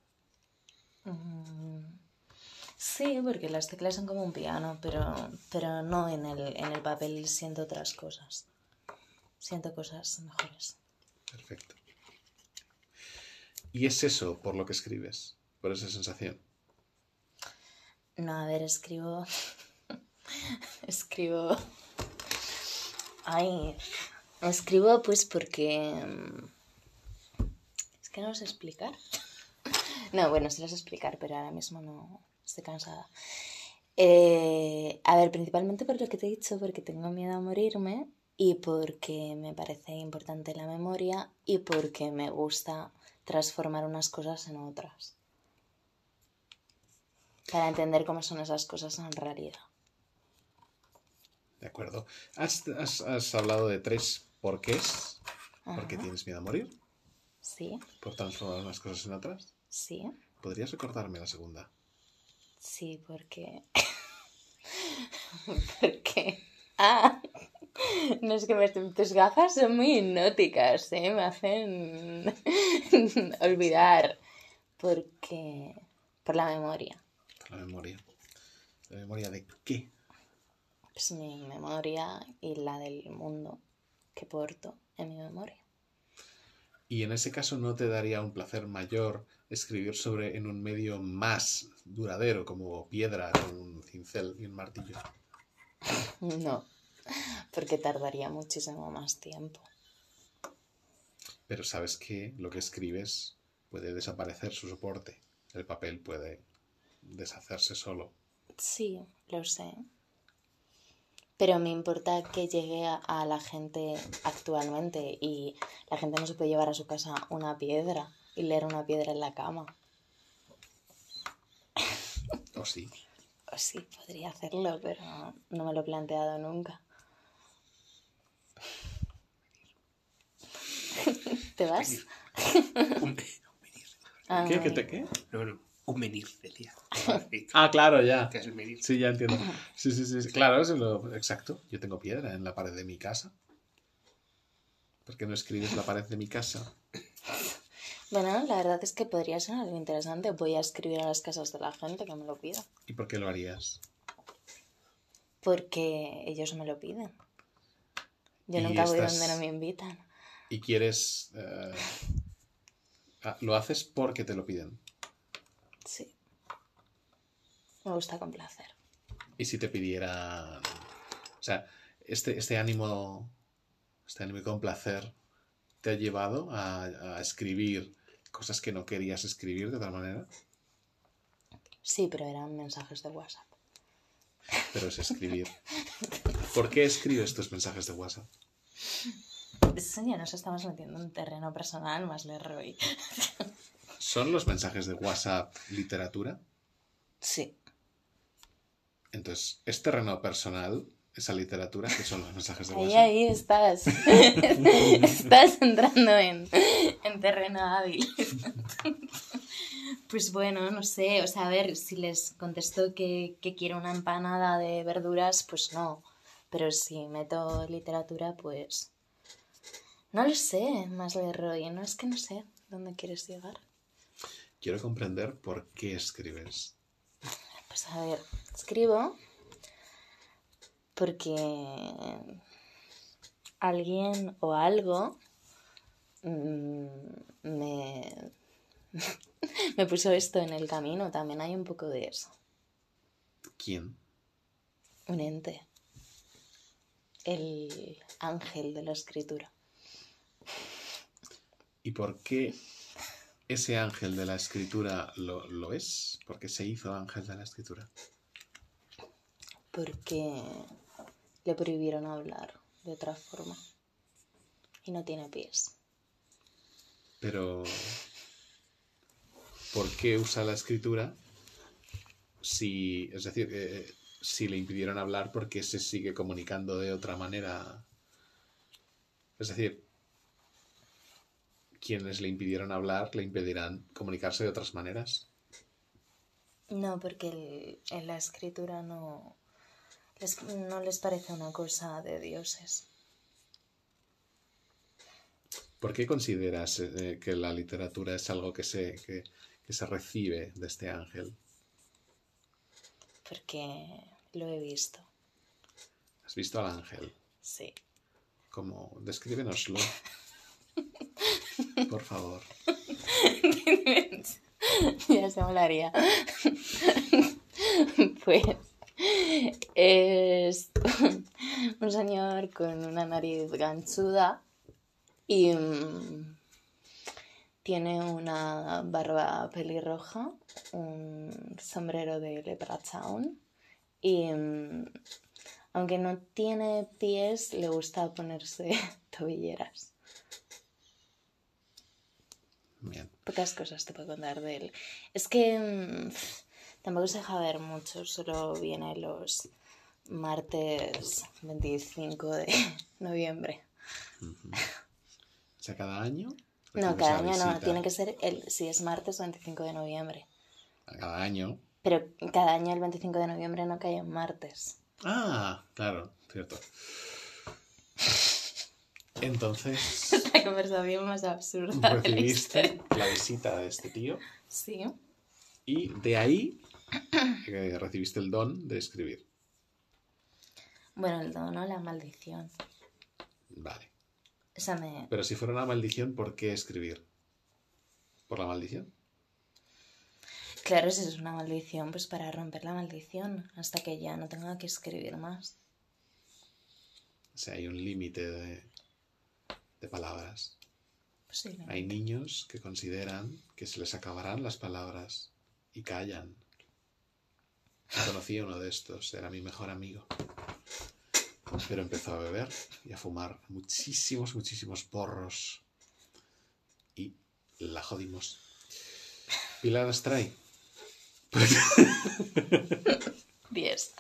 Sí, porque las teclas son como un piano, pero no en el papel siento otras cosas. Siento cosas mejores. Perfecto. ¿Y es eso por lo que escribes? ¿Por esa sensación? No, a ver, escribo... escribo... Ay, escribo pues porque... Es que no lo sé explicar. No, bueno, sí lo sé explicar, pero ahora mismo no estoy cansada. A ver, principalmente por lo que te he dicho, porque tengo miedo a morirme y porque me parece importante la memoria y porque me gusta transformar unas cosas en otras. Para entender cómo son esas cosas en realidad. De acuerdo. Has hablado de 3 porqués. ¿Por qué tienes miedo a morir? Sí, ¿Por transformar unas cosas en otras? sí, ¿Podrías recordarme la segunda? sí, porque... porque... Ah, no es que tus gafas son muy hipnóticas, ¿eh? Me hacen olvidar. Porque... Por la memoria. Por la memoria. ¿La memoria de qué? Es mi memoria y la del mundo que porto en mi memoria. Y en ese caso no te daría un placer mayor escribir sobre en un medio más duradero, como piedra, con un cincel y un martillo. No, porque tardaría muchísimo más tiempo. Pero sabes que lo que escribes puede desaparecer su soporte. El papel puede deshacerse solo. Sí, lo sé. Pero me importa que llegue a la gente actualmente y la gente no se puede llevar a su casa una piedra y leer una piedra en la cama. ¿O sí? O sí, podría hacerlo, pero no me lo he planteado nunca. ¿Te vas? Un Ah, ¿Qué? muy ¿Qué te bien. qué? No, un menir, decía. Ah, claro, ya. ¿Qué es el menir? Sí, ya entiendo. Sí, sí, sí. Claro, eso es lo exacto. Yo tengo piedra en la pared de mi casa. ¿Por qué no escribes la pared de mi casa? Bueno, la verdad es que podría ser algo interesante. Voy a escribir a las casas de la gente que me lo pida. ¿Y por qué lo harías? Porque ellos me lo piden. Yo Y nunca voy estás- donde no me invitan. Y quieres... lo haces porque te lo piden. Sí. Me gusta complacer. Y si te pidieran... O sea, este ánimo y complacer te ha llevado a escribir cosas que no querías escribir de otra manera. Sí, pero eran mensajes de WhatsApp. Pero es escribir. ¿Por qué escribes tus mensajes de WhatsApp? Eso ya nos estamos metiendo en terreno personal más Leroy. ¿Son los mensajes de WhatsApp literatura? Sí. Entonces, ¿es terreno personal esa literatura que son los mensajes de Ahí, WhatsApp? ahí estás. Estás entrando en terreno hábil. Pues bueno, no sé. O sea, a ver, si les contesto que quiero una empanada de verduras, pues no. Pero si meto literatura, pues... No lo sé, más Leroy. No es que no sé dónde quieres llegar. Quiero comprender por qué escribes. Pues a ver, escribo porque alguien o algo me puso esto en el camino. También hay un poco de eso. ¿Quién? Un ente. el ángel de la escritura. ¿Y por qué ese ángel de la escritura lo es? ¿Por qué se hizo ángel de la escritura? Porque le prohibieron hablar de otra forma y no tiene pies. Pero, ¿por qué usa la escritura? Es decir, si le impidieron hablar, ¿por qué se sigue comunicando de otra manera? Es decir, quienes le impidieron hablar le impedirán comunicarse de otras maneras. No, porque en la escritura no les parece una cosa de dioses. ¿Por qué consideras que la literatura es algo que se recibe de este ángel? Porque lo he visto. ¿Has visto al ángel? Sí. ¿Cómo? Descríbenoslo. Por favor. Ya se molaría. Pues es un señor con una nariz ganchuda y tiene una barba pelirroja, un sombrero de leprechaun y aunque no tiene pies, le gusta ponerse tobilleras. Bien. Pocas cosas te puedo contar de él. Es que tampoco se deja ver mucho, solo viene los martes 25 de noviembre. O sea, cada año. No, recibes cada la año no, visita. tiene que ser si es martes 25 de noviembre. Cada año. Pero cada año el 25 de noviembre no cae en martes. Ah, claro, cierto. Entonces, Es la conversación más absurda de la recibiste historia. la visita de este tío Sí. y de ahí recibiste el don de escribir. Bueno, el don o la maldición. Vale. Esa me... Pero si fuera una maldición, ¿por qué escribir? ¿Por la maldición? Claro, si es una maldición, pues para romper la maldición, hasta que ya no tenga que escribir más. O sea, hay un límite de palabras. Posiblemente. Hay niños que consideran que se les acabarán las palabras y callan. Conocí a uno de estos, era mi mejor amigo. Pero empezó a beber y a fumar muchísimos porros. Y la jodimos. Pilar Astray. 10.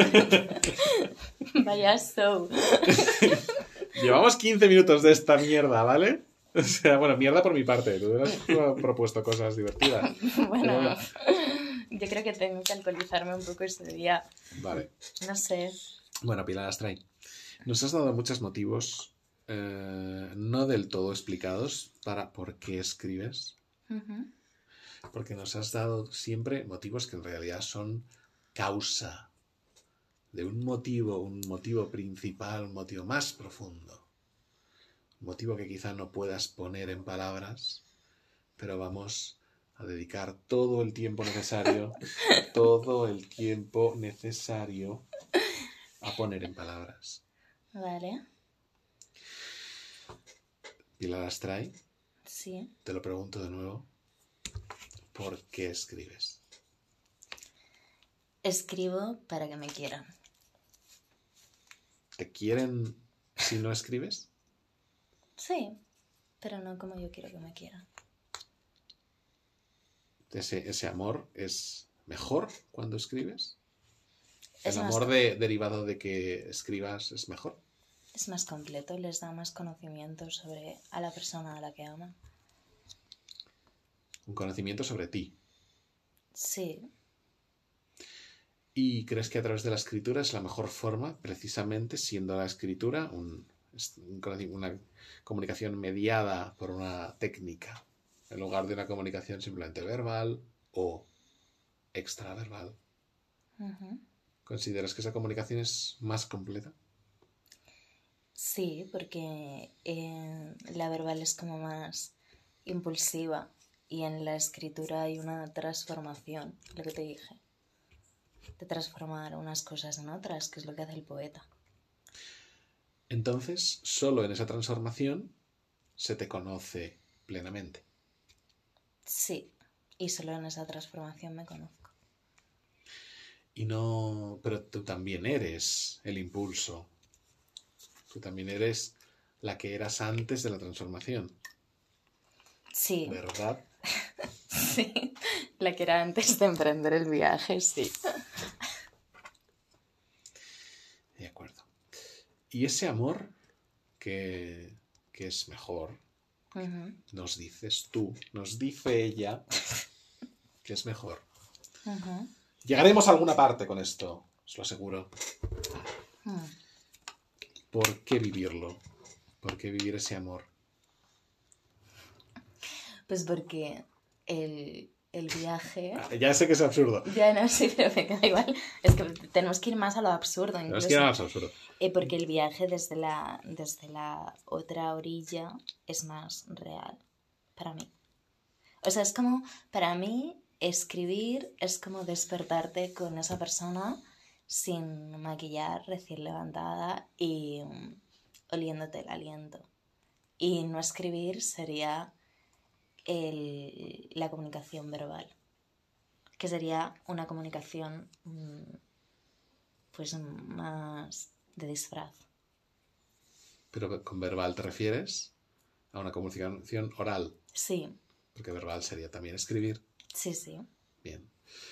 Vaya show. Llevamos 15 minutos de esta mierda, ¿vale? O sea, bueno, mierda por mi parte. Tú hubieras propuesto cosas divertidas. Bueno, yo creo que tengo que alcoholizarme un poco este día. Vale. No sé. Bueno, Pilar Astray, nos has dado muchos motivos no del todo explicados para por qué escribes. Porque nos has dado siempre motivos que en realidad son causa de un motivo principal, un motivo más profundo. Un motivo que quizá no puedas poner en palabras, pero vamos a dedicar todo el tiempo necesario a poner en palabras. Vale. Pilar Astray, Sí. te lo pregunto de nuevo, ¿por qué escribes? Escribo para que me quieran. ¿Te quieren si no escribes? Sí, pero no como yo quiero que me quieran. ¿Ese amor es mejor cuando escribes? Es ¿El más amor derivado de que escribas es mejor? Es más completo, les da más conocimiento sobre a la persona a la que aman. Un conocimiento sobre ti. Sí. ¿Y crees que a través de la escritura es la mejor forma, precisamente siendo la escritura una comunicación mediada por una técnica, en lugar de una comunicación simplemente verbal o extraverbal? ¿Consideras que esa comunicación es más completa? Sí, porque la verbal es como más impulsiva y en la escritura hay una transformación, lo que te dije, de transformar unas cosas en otras, que es lo que hace el poeta. entonces solo en esa transformación se te conoce plenamente. Sí, y solo en esa transformación me conozco. Y no, pero tú también eres el impulso. Tú también eres la que eras antes de la transformación, Sí, ¿verdad? sí, la que era antes de emprender el viaje, sí. De acuerdo. Y ese amor que es mejor, Ujú, nos dices tú, nos dice ella que es mejor. ujú, Llegaremos a alguna parte con esto, os lo aseguro. mm. ¿Por qué vivirlo? ¿Por qué vivir ese amor? Pues porque el viaje... Ya sé que es absurdo. Ya no sé, pero me da igual. Es que tenemos que ir más a lo absurdo No incluso. es que era más absurdo. Porque el viaje desde la otra orilla es más real para mí. O sea, es como, para mí, escribir es como despertarte con esa persona sin maquillar, recién levantada y oliéndote el aliento. Y no escribir sería la comunicación verbal, que sería una comunicación pues más de disfraz. Pero con verbal te refieres a una comunicación oral, Sí, porque verbal sería también escribir. sí, sí. Bien.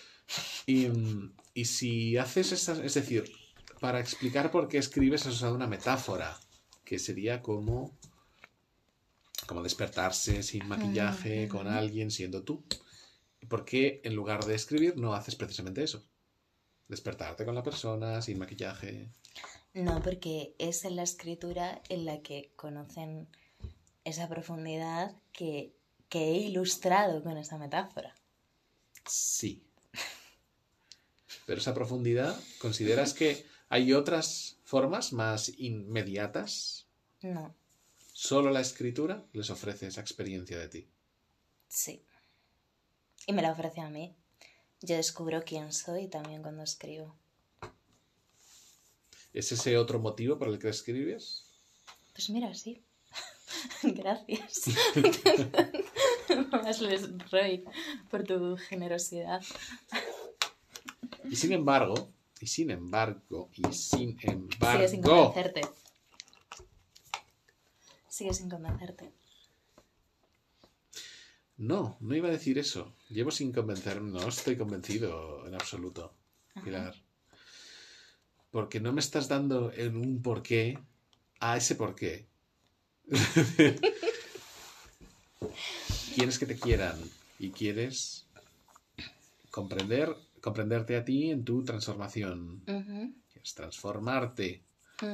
Y si haces es decir, para explicar por qué escribes has usado una metáfora, que sería como despertarse sin maquillaje, con alguien, siendo tú. ¿Por qué en lugar de escribir no haces precisamente eso? Despertarte con la persona, sin maquillaje. No, porque es en la escritura en la que conocen esa profundidad que he ilustrado con esa metáfora. Sí. Pero esa profundidad, ¿consideras que hay otras formas más inmediatas? No, Solo la escritura les ofrece esa experiencia de ti. sí. Y me la ofrece a mí. Yo descubro quién soy también cuando escribo. ¿Es ese otro motivo por el que escribes? Pues mira, sí. Gracias. Más Roy, por tu generosidad. Y sin embargo, Sigue sin convencerte. Sigue sin convencerte. No iba a decir eso. Llevo sin convencerme, no estoy convencido en absoluto, Pilar. Porque no me estás dando en un porqué a ese porqué. Quieres que te quieran y quieres comprenderte a ti en tu transformación. Quieres transformarte.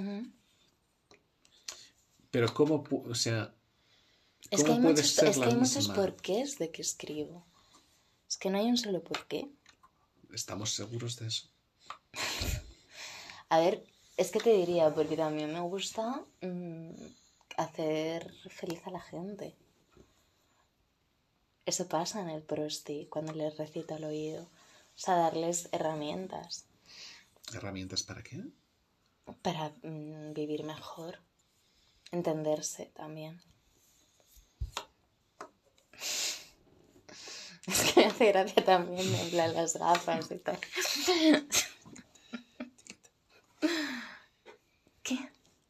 Pero ¿cómo, o sea, Es que cómo puedes ser es que la hay misma? muchos porqués de que escribo. Es que no hay un solo porqué. ¿Estamos seguros de eso? A ver, es que te diría, porque también me gusta hacer feliz a la gente. Eso pasa en el Prosti, cuando les recito al oído. O sea, darles herramientas ¿Herramientas para qué? para vivir mejor. Entenderse también. Es que me hace gracia también, en plan, las gafas y tal. ¿Qué?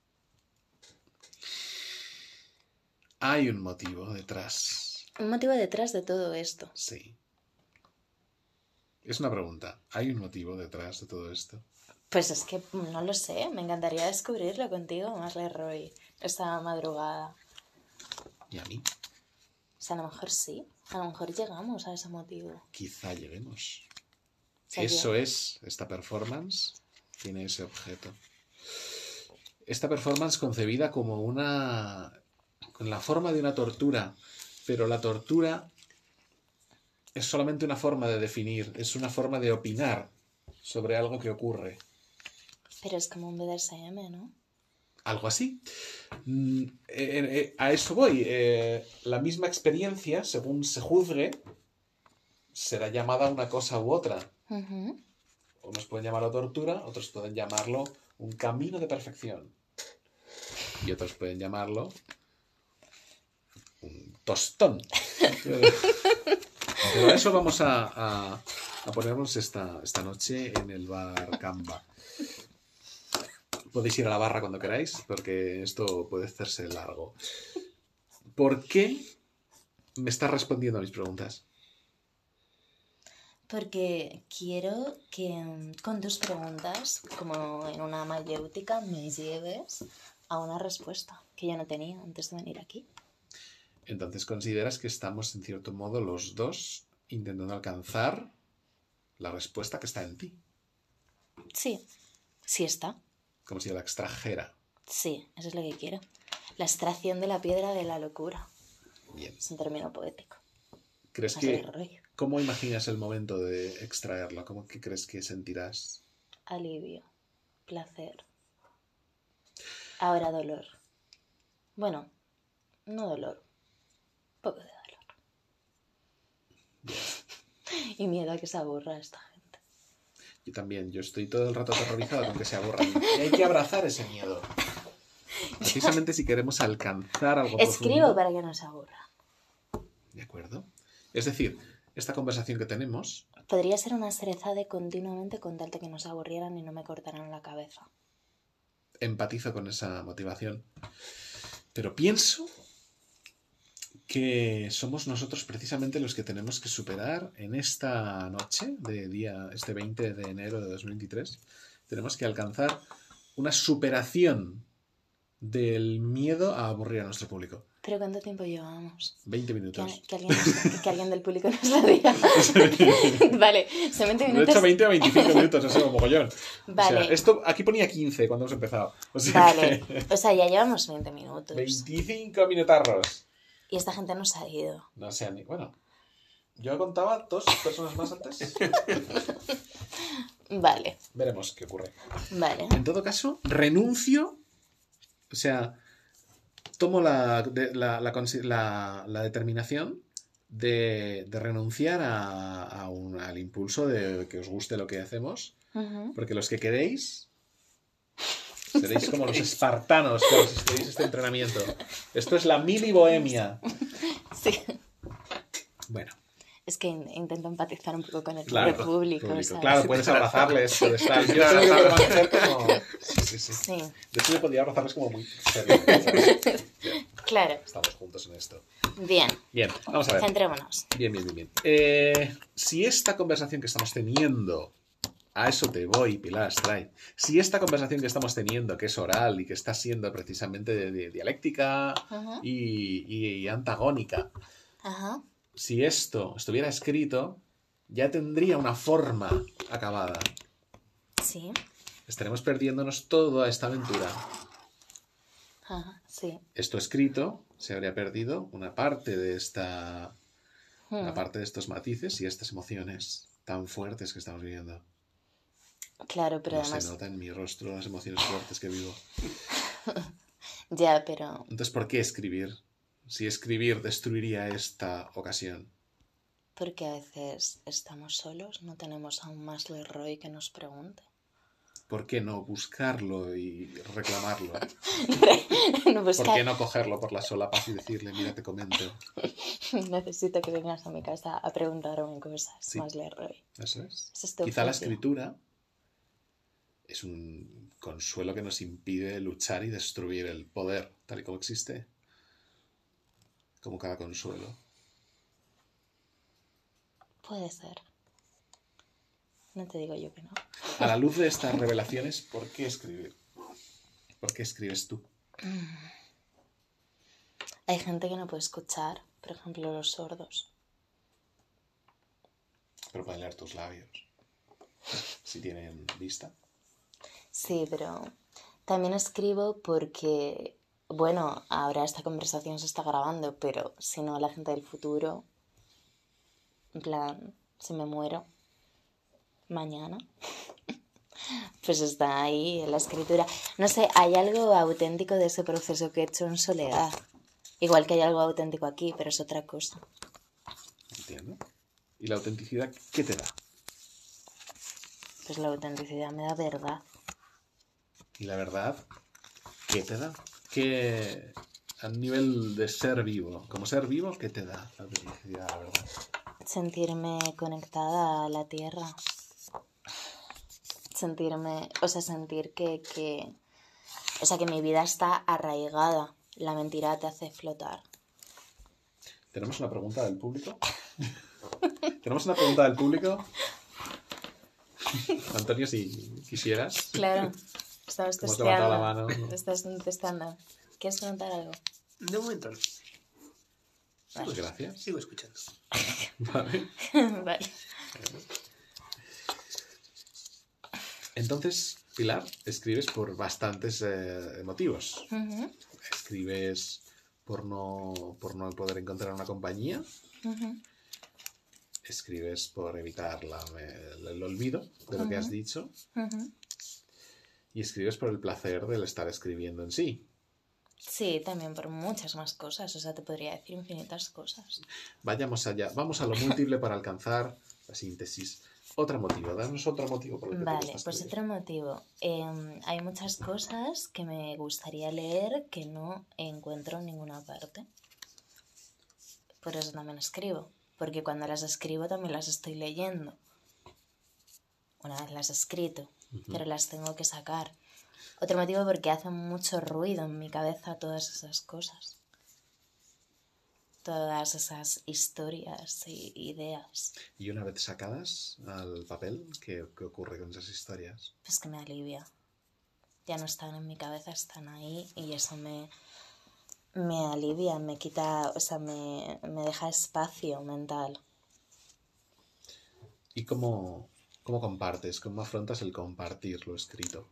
Hay un motivo detrás. Un motivo detrás de todo esto. Sí. Es una pregunta. ¿Hay un motivo detrás de todo esto? Pues es que no lo sé, me encantaría descubrirlo contigo, más Roy, esta madrugada. ¿Y a mí? O sea, a lo mejor sí, a lo mejor llegamos a ese motivo. Quizá lleguemos. O sea, Eso es, esta performance tiene ese objeto. Esta performance concebida como con la forma de una tortura, pero la tortura es solamente una forma de definir, es una forma de opinar sobre algo que ocurre. Pero es como un BDSM, ¿no? Algo así. A eso voy. La misma experiencia, según se juzgue, será llamada una cosa u otra. Unos pueden llamarlo tortura, otros pueden llamarlo un camino de perfección. y otros pueden llamarlo un tostón. Pero a eso vamos a ponernos esta noche en el bar Camba. Podéis ir a la barra cuando queráis, porque esto puede hacerse largo. ¿Por qué me estás respondiendo a mis preguntas? Porque quiero que con tus preguntas, como en una mayéutica, me lleves a una respuesta que yo no tenía antes de venir aquí. Entonces consideras que estamos, en cierto modo, los dos intentando alcanzar la respuesta que está en ti. Sí, sí está. Como si la extrajera. Sí, eso es lo que quiero. La extracción de la piedra de la locura. Bien. Es un término poético. ¿Crees Más que... de rollo. ¿Cómo imaginas el momento de extraerlo? ¿Cómo que crees que sentirás? Alivio. Placer. Ahora dolor. Bueno, no dolor. Poco de dolor. Y miedo a que se aburra esta gente. Yo también. Yo estoy todo el rato aterrorizado con que se aburran. Y hay que abrazar ese miedo. Precisamente si queremos alcanzar algo Escribo profundo. para que no se aburra. ¿De acuerdo? Es decir, esta conversación que tenemos... Podría ser una cereza de continuamente contarte que no se aburrieran y no me cortaran la cabeza. Empatizo con esa motivación. Pero pienso que somos nosotros precisamente los que tenemos que superar en esta noche de este 20 de enero de 2023. Tenemos que alcanzar una superación del miedo a aburrir a nuestro público. ¿Pero cuánto tiempo llevamos? 20 minutos. Que alguien del público nos lo diga. Vale, son 20 De minutos. hecho, 20 o 25 minutos, eso es un mogollón. Vale. O sea, esto aquí ponía 15 cuando hemos empezado. O sea Vale, que o sea, ya llevamos 20 minutos. 25 minutarros. Y esta gente no se ha ido. No sé, ni... Bueno, yo contaba 2 personas más antes. Vale, Veremos qué ocurre. vale. En todo caso, renuncio, o sea, tomo la determinación de renunciar al impulso de que os guste lo que hacemos, Ujú. porque los que queréis seréis como los espartanos que resistiréis este entrenamiento. Esto es la mili bohemia. Sí. Bueno, Es que intento empatizar un poco con el claro, público, ¿sabes? claro, puedes abrazarles, puedes estar. Yo creo que van a hacer como... Sí. Sí, De hecho, yo podría abrazarles como muy serio, ¿sabes? claro. Estamos juntos en esto. Bien, Bien, vamos a ver. centrémonos. Bien. Si esta conversación que estamos teniendo, a eso te voy, Pilar Astray, si esta conversación que estamos teniendo, que es oral y que está siendo precisamente de dialéctica Ajá. y antagónica, Ajá. si esto estuviera escrito, ya tendría una forma acabada. Sí. Estaremos perdiéndonos toda esta aventura. Ajá. Sí. Esto escrito, se habría perdido una parte de una parte de estos matices y estas emociones tan fuertes que estamos viviendo. Claro, pero No además... se nota en mi rostro las emociones fuertes que vivo. Ya, pero... Entonces, ¿por qué escribir? Si escribir destruiría esta ocasión. Porque a veces estamos solos, no tenemos a un más Leroy que nos pregunte. ¿Por qué no buscarlo y reclamarlo? No buscar... ¿Por qué no cogerlo por las solapas y decirle, mira, te comento? Necesito que vengas a mi casa a preguntarme cosas, Sí. más Leroy. Eso es. Esa es tu Quizá la función. escritura es un consuelo que nos impide luchar y destruir el poder, tal y como existe. Como cada consuelo. Puede ser. No te digo yo que no. A la luz de estas revelaciones, ¿por qué escribir? ¿Por qué escribes tú? Hay gente que no puede escuchar, por ejemplo, los sordos. Pero pueden leer tus labios. Si tienen vista. Sí, pero también escribo porque, bueno, ahora esta conversación se está grabando, pero si no, la gente del futuro, en plan, si me muero mañana, pues está ahí en la escritura. No sé, hay algo auténtico de ese proceso que he hecho en soledad. Igual que hay algo auténtico aquí, pero es otra cosa. Entiendo. ¿Y la autenticidad qué te da? Pues la autenticidad me da verdad. ¿Y la verdad qué te da? ¿Qué, a nivel de ser vivo, como ser vivo, qué te da la felicidad, la verdad? Sentirme conectada a la tierra. Sentir que mi vida está arraigada. La mentira te hace flotar. ¿Tenemos una pregunta del público? ¿Tenemos una pregunta del público? Antonio, si quisieras. Claro, estamos Hemos testeando. levantado la mano. Estás testando. ¿Quieres preguntar algo? De momento no. Pues gracias. Sigo escuchando. Vale. Vale. Entonces, Pilar, escribes por bastantes motivos. Ujú, Escribes por no poder encontrar una compañía. ujú, Escribes por evitar el olvido de lo que has dicho. ujú. Y escribes por el placer del estar escribiendo en sí. Sí, también por muchas más cosas. O sea, te podría decir infinitas cosas. Vayamos allá. Vamos a lo múltiple para alcanzar la síntesis. Otro motivo. Danos otro motivo por el que te Vale, gusta pues escribir. otro motivo. Hay muchas cosas que me gustaría leer que no encuentro en ninguna parte. Por eso también escribo. Porque cuando las escribo también las estoy leyendo. Una vez las he escrito, pero las tengo que sacar. Otro motivo porque hace mucho ruido en mi cabeza todas esas cosas. Todas esas historias e ideas. Y una vez sacadas al papel, ¿qué ocurre con esas historias? Pues que me alivia. Ya no están en mi cabeza, están ahí y eso me alivia, me quita, o sea, me deja espacio mental. ¿Y cómo compartes? ¿Cómo afrontas el compartir lo escrito?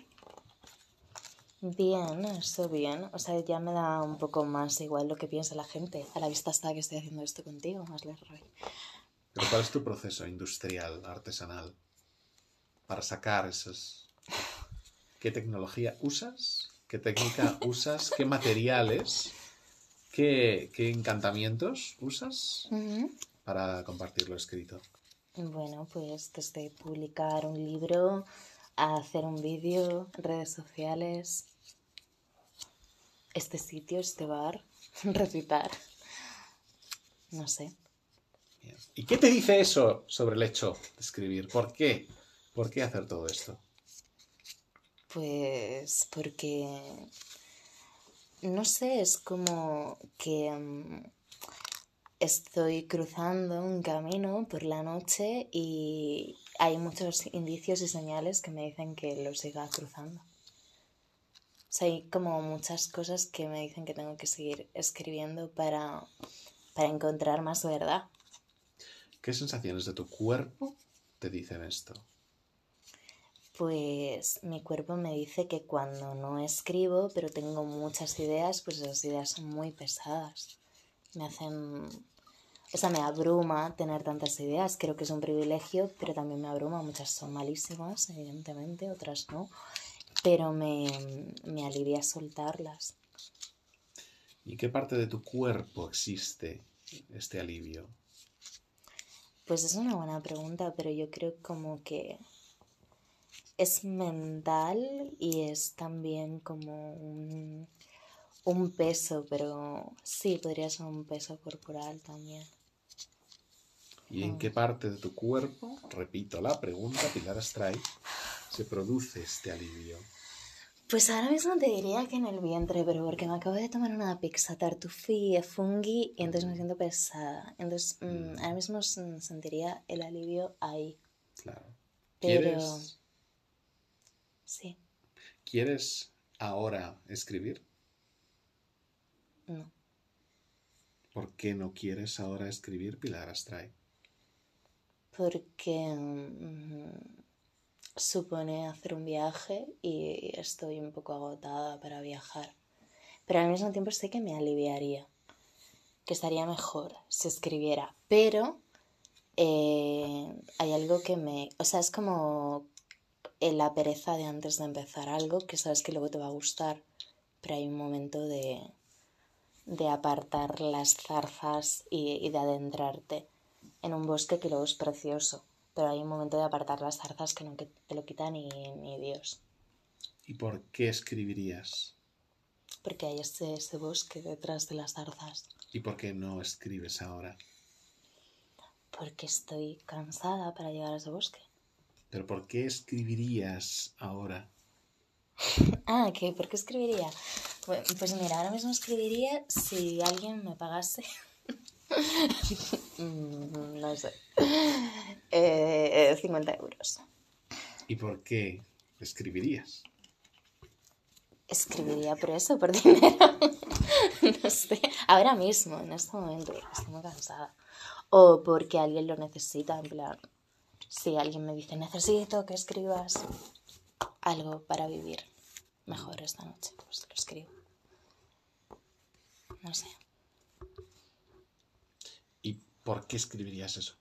Bien, eso bien. O sea, ya me da un poco más igual lo que piensa la gente. A la vista está que estoy haciendo esto contigo, más le roy. ¿Pero cuál es tu proceso industrial, artesanal, para sacar esos... ¿Qué tecnología usas? ¿Qué técnica usas? ¿Qué materiales? ¿Qué encantamientos usas para compartir lo escrito? Bueno, pues desde publicar un libro a hacer un vídeo, redes sociales, este sitio, este bar, recitar, no sé. Bien. ¿Y qué te dice eso sobre el hecho de escribir? ¿Por qué? ¿Por qué hacer todo esto? Pues porque, no sé, es como que estoy cruzando un camino por la noche y hay muchos indicios y señales que me dicen que lo siga cruzando. O sea, hay como muchas cosas que me dicen que tengo que seguir escribiendo para encontrar más verdad. ¿Qué sensaciones de tu cuerpo te dicen esto? Pues mi cuerpo me dice que cuando no escribo, pero tengo muchas ideas, pues esas ideas son muy pesadas. Me hacen... O sea, me abruma tener tantas ideas. Creo que es un privilegio, pero también me abruma. Muchas son malísimas, evidentemente, otras no. Pero me alivia soltarlas. ¿Y qué parte de tu cuerpo existe este alivio? Pues es una buena pregunta, pero yo creo como que es mental y es también como un peso, pero sí, podría ser un peso corporal también. ¿Y en qué parte de tu cuerpo, repito la pregunta, Pilar Astray, se produce este alivio? Pues ahora mismo te diría que en el vientre, pero porque me acabo de tomar una pizza tartufí e funghi y entonces me siento pesada. Entonces ahora mismo sentiría el alivio ahí. Claro. Pero... Sí, ¿Quieres ahora escribir? no. ¿Por qué no quieres ahora escribir, Pilar Astray? Porque supone hacer un viaje y estoy un poco agotada para viajar. Pero al mismo tiempo sé que me aliviaría, que estaría mejor si escribiera. Pero hay algo que me... O sea, es como la pereza de antes de empezar algo que sabes que luego te va a gustar, pero hay un momento de apartar las zarzas y de adentrarte en un bosque que luego es precioso, pero hay un momento de apartar las zarzas que no te lo quita ni Dios. ¿Y por qué escribirías? porque hay ese bosque detrás de las zarzas. ¿Y por qué no escribes ahora? Porque estoy cansada para llegar a ese bosque. ¿Pero por qué escribirías ahora? Ah, ¿por qué escribiría? Pues mira, ahora mismo escribiría si alguien me pagase. No sé. 50 euros. ¿Y por qué escribirías? Escribiría por eso, por dinero. No sé. Ahora mismo, en este momento, porque estoy muy cansada. O porque alguien lo necesita, en plan. Si alguien me dice, necesito que escribas algo para vivir mejor esta noche, pues lo escribo. No sé. ¿Y por qué escribirías eso?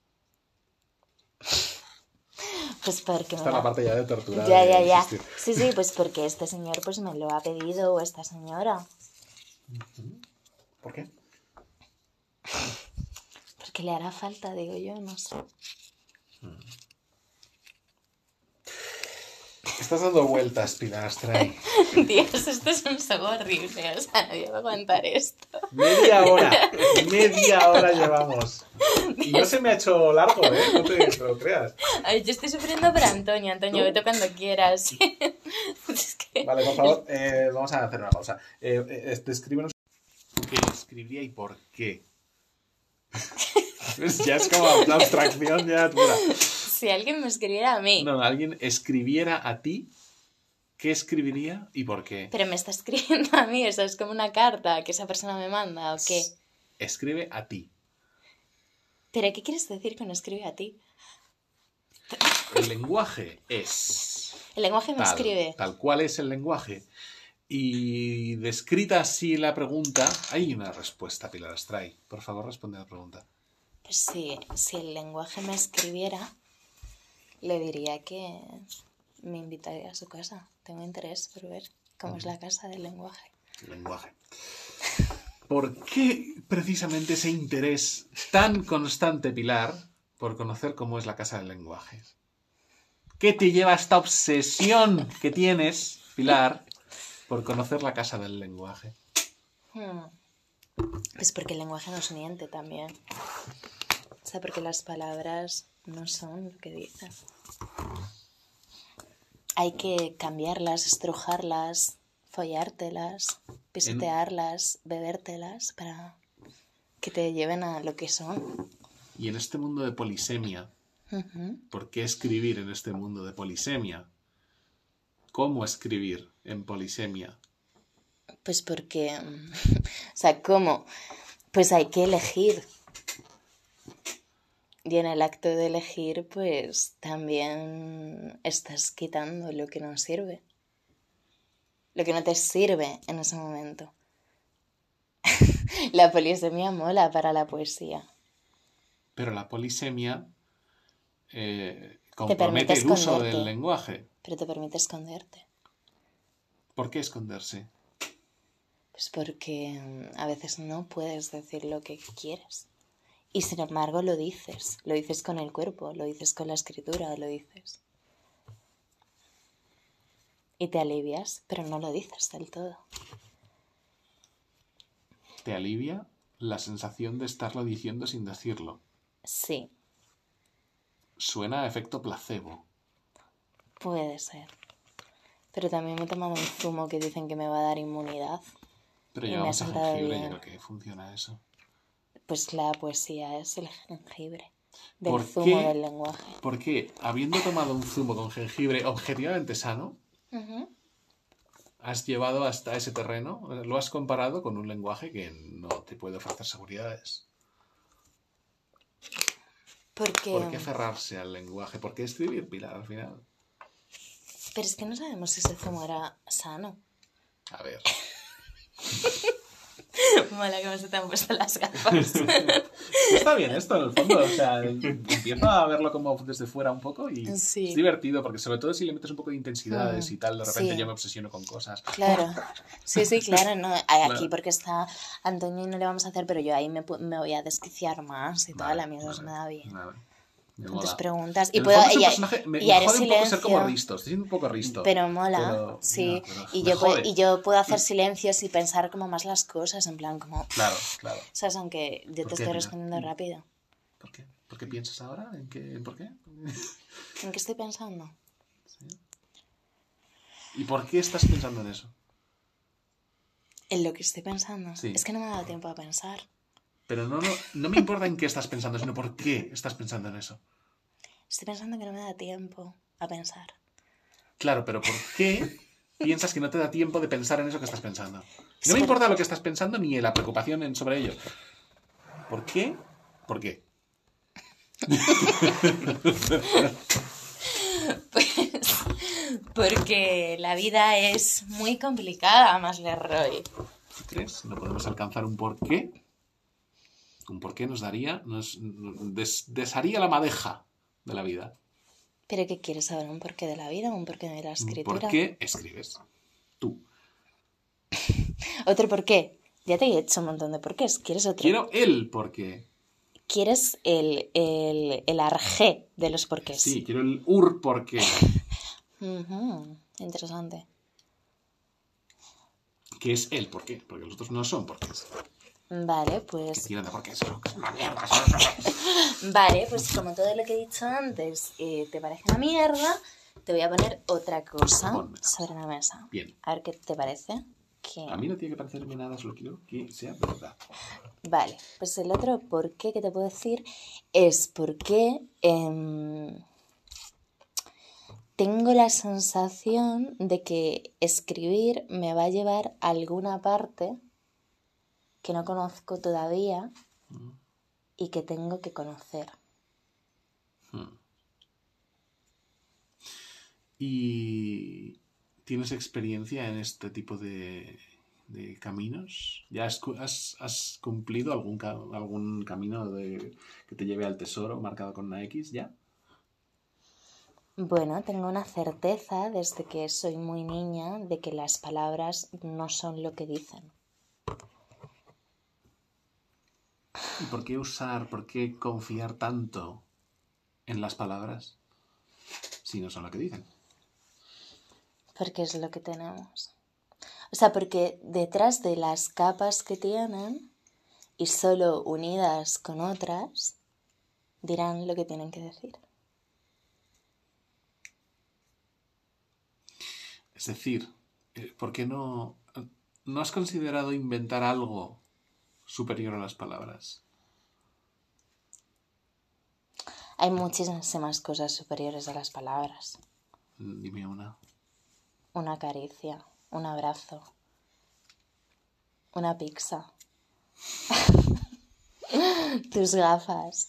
Pues porque Esta es la parte ya de tortura. Ya. Insistir. Sí, pues porque este señor pues me lo ha pedido, o esta señora. ¿Por qué? Porque le hará falta, digo yo, no sé. Estás dando vueltas, Pilar Astray. Dios, esto es un juego horrible, o sea, nadie va a aguantar esto. Media hora llevamos. Y no se me ha hecho largo, no te lo creas. A ver, yo estoy sufriendo por Antonio. Antonio, vete cuando quieras. Es que... Vale, por favor, vamos a hacer una pausa. Escríbenos qué escribiría y por qué. Ya es como la abstracción ya pura. Si alguien me escribiera a mí. No, alguien escribiera a ti, ¿qué escribiría y por qué? Pero me está escribiendo a mí, eso es como una carta que esa persona me manda, ¿o qué? Escribe a ti. ¿Pero qué quieres decir con escribe a ti? El lenguaje es... El lenguaje me escribe. Tal cual es el lenguaje. Y descrita así la pregunta, hay una respuesta, Pilar Astray. Por favor, responde a la pregunta. Pues si el lenguaje me escribiera, le diría que me invitaría a su casa. Tengo interés por ver cómo es la casa del lenguaje. El lenguaje. ¿Por qué precisamente ese interés tan constante, Pilar, por conocer cómo es la casa del lenguaje? ¿Qué te lleva a esta obsesión que tienes, Pilar, por conocer la casa del lenguaje? Pues porque el lenguaje nos miente también. O sea, porque las palabras no son lo que dicen. Hay que cambiarlas, estrujarlas, follártelas, pisotearlas, bebértelas para que te lleven a lo que son. Y en este mundo de polisemia, ¿por qué escribir en este mundo de polisemia? ¿Cómo escribir en polisemia? Pues porque, o sea, ¿cómo? Pues hay que elegir. Y en el acto de elegir, pues también estás quitando lo que no sirve. Lo que no te sirve en ese momento. La polisemia mola para la poesía. Pero la polisemia compromete el uso del lenguaje. Pero te permite esconderte. ¿Por qué esconderse? Pues porque a veces no puedes decir lo que quieres. Y sin embargo lo dices con el cuerpo, lo dices con la escritura, lo dices. Y te alivias, pero no lo dices del todo. ¿Te alivia la sensación de estarlo diciendo sin decirlo? Sí. Suena a efecto placebo. Puede ser. Pero también me he tomado un zumo que dicen que me va a dar inmunidad. Pero llevamos a jengibre, yo creo que funciona eso. Pues la poesía es el jengibre del zumo del lenguaje. ¿Por qué, habiendo tomado un zumo con jengibre objetivamente sano, has llevado hasta ese terreno? ¿Lo has comparado con un lenguaje que no te puede ofrecer seguridades? ¿Por qué aferrarse al lenguaje? ¿Por qué escribir, Pilar, al final? Pero es que no sabemos si ese zumo era sano. A ver... Mola que se te han puesto las gafas. Está bien esto, en el fondo. O sea, empiezo a verlo como desde fuera un poco y sí. Es divertido, porque sobre todo si le metes un poco de intensidades y tal, de repente yo me obsesiono con cosas. Claro. Sí, claro. No, aquí porque está Antonio y no le vamos a hacer, pero yo ahí me voy a desquiciar más y tal. A mí eso me da bien. Me con tus mola. preguntas. En Y el puedo... fondo es un y personaje... Me y haré jode un poco ser como silencio. Risto. Estoy siendo un poco Risto. Pero mola, Pero, sí. ya, pero Y me jode. yo puedo hacer silencios y pensar como más las cosas, en plan como... Claro, claro. ¿Sabes? Aunque yo ¿Por te qué, estoy Pilar? respondiendo rápido. ¿Por qué? ¿Por qué piensas ahora? ¿En qué? ¿Por qué? ¿En qué estoy pensando? ¿Y por qué estás pensando en eso? En lo que estoy pensando. Sí. Es que no me ha dado tiempo a pensar. Pero no me importa en qué estás pensando, sino por qué estás pensando en eso. Estoy pensando que no me da tiempo a pensar. Claro, pero ¿por qué piensas que no te da tiempo de pensar en eso que estás pensando? No me Pero- importa lo que estás pensando ni la preocupación sobre ello. ¿Por qué? ¿Por qué? Pues porque la vida es muy complicada, más Leroy. ¿Tú crees? ¿No podemos alcanzar un porqué? Un porqué nos daría, desharía la madeja de la vida. ¿Pero qué quieres saber? ¿Un porqué de la vida o un porqué de la escritura? ¿Por qué escribes? Tú. ¿Otro porqué? Ya te he hecho un montón de porqués. ¿Quieres otro? Quiero el porqué. ¿Quieres el arjé de los porqués? Sí, quiero el porqué. Ujú, interesante. ¿Qué es el porqué? Porque los otros no son porqués. Vale, Que pues... tiran de porqués. Que es una mierda. Vale, pues como todo lo que he dicho antes te parece una mierda, te voy a poner otra cosa Ponme. sobre la mesa. Bien. A ver qué te parece. Que... A mí no tiene que parecerme nada, solo quiero que sea verdad. Vale, pues el otro porqué que te puedo decir es porque tengo la sensación de que escribir me va a llevar a alguna parte que no conozco todavía y que tengo que conocer. ¿Y tienes experiencia en este tipo de caminos? ¿Ya has cumplido algún camino que te lleve al tesoro marcado con una X ya? Bueno, tengo una certeza desde que soy muy niña de que las palabras no son lo que dicen. ¿Y por qué confiar tanto en las palabras si no son lo que dicen? Porque es lo que tenemos. O sea, porque detrás de las capas que tienen y solo unidas con otras, dirán lo que tienen que decir. Es decir, ¿por qué no has considerado inventar algo superior a las palabras? Hay muchísimas cosas superiores a las palabras. Dime una. Una caricia, un abrazo, una pizza, tus gafas.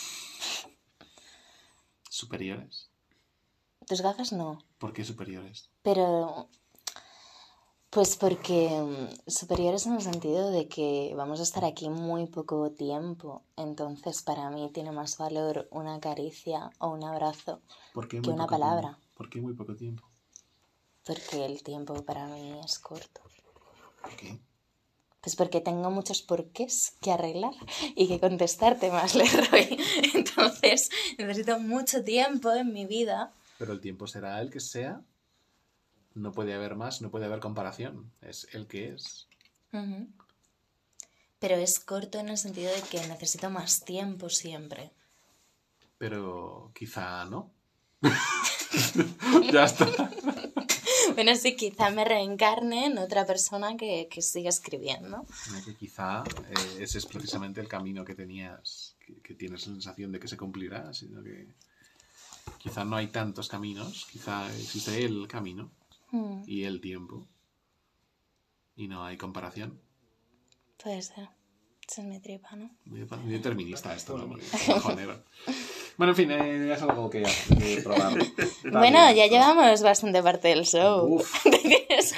¿Superiores? Tus gafas no, ¿Por qué superiores? pero pues porque superiores en el sentido de que vamos a estar aquí muy poco tiempo. Entonces para mí tiene más valor una caricia o un abrazo ¿Por qué que muy una poco palabra. tiempo? ¿Por qué muy poco tiempo? Porque el tiempo para mí es corto. ¿Por qué? Pues porque tengo muchos porqués que arreglar y que contestarte más, Leroy. Entonces necesito mucho tiempo en mi vida. Pero el tiempo será el que sea. No puede haber más, no puede haber comparación. Es el que es. Uh-huh. Pero es corto en el sentido de que necesito más tiempo siempre. Pero quizá no. Ya está. Bueno, sí, quizá me reencarne en otra persona que siga escribiendo. Que quizá ese es precisamente el camino que tenías, que tienes la sensación de que se cumplirá, sino que quizá no hay tantos caminos, quizá existe el camino y el tiempo y no hay comparación. Puede ser. Esa es mi tripa, ¿no? Muy determinista esto, ¿no? Muy bajonero. Bueno, en fin, es algo que probar. Bueno, ya llevamos bastante parte del show. Uf. ¿Te quieres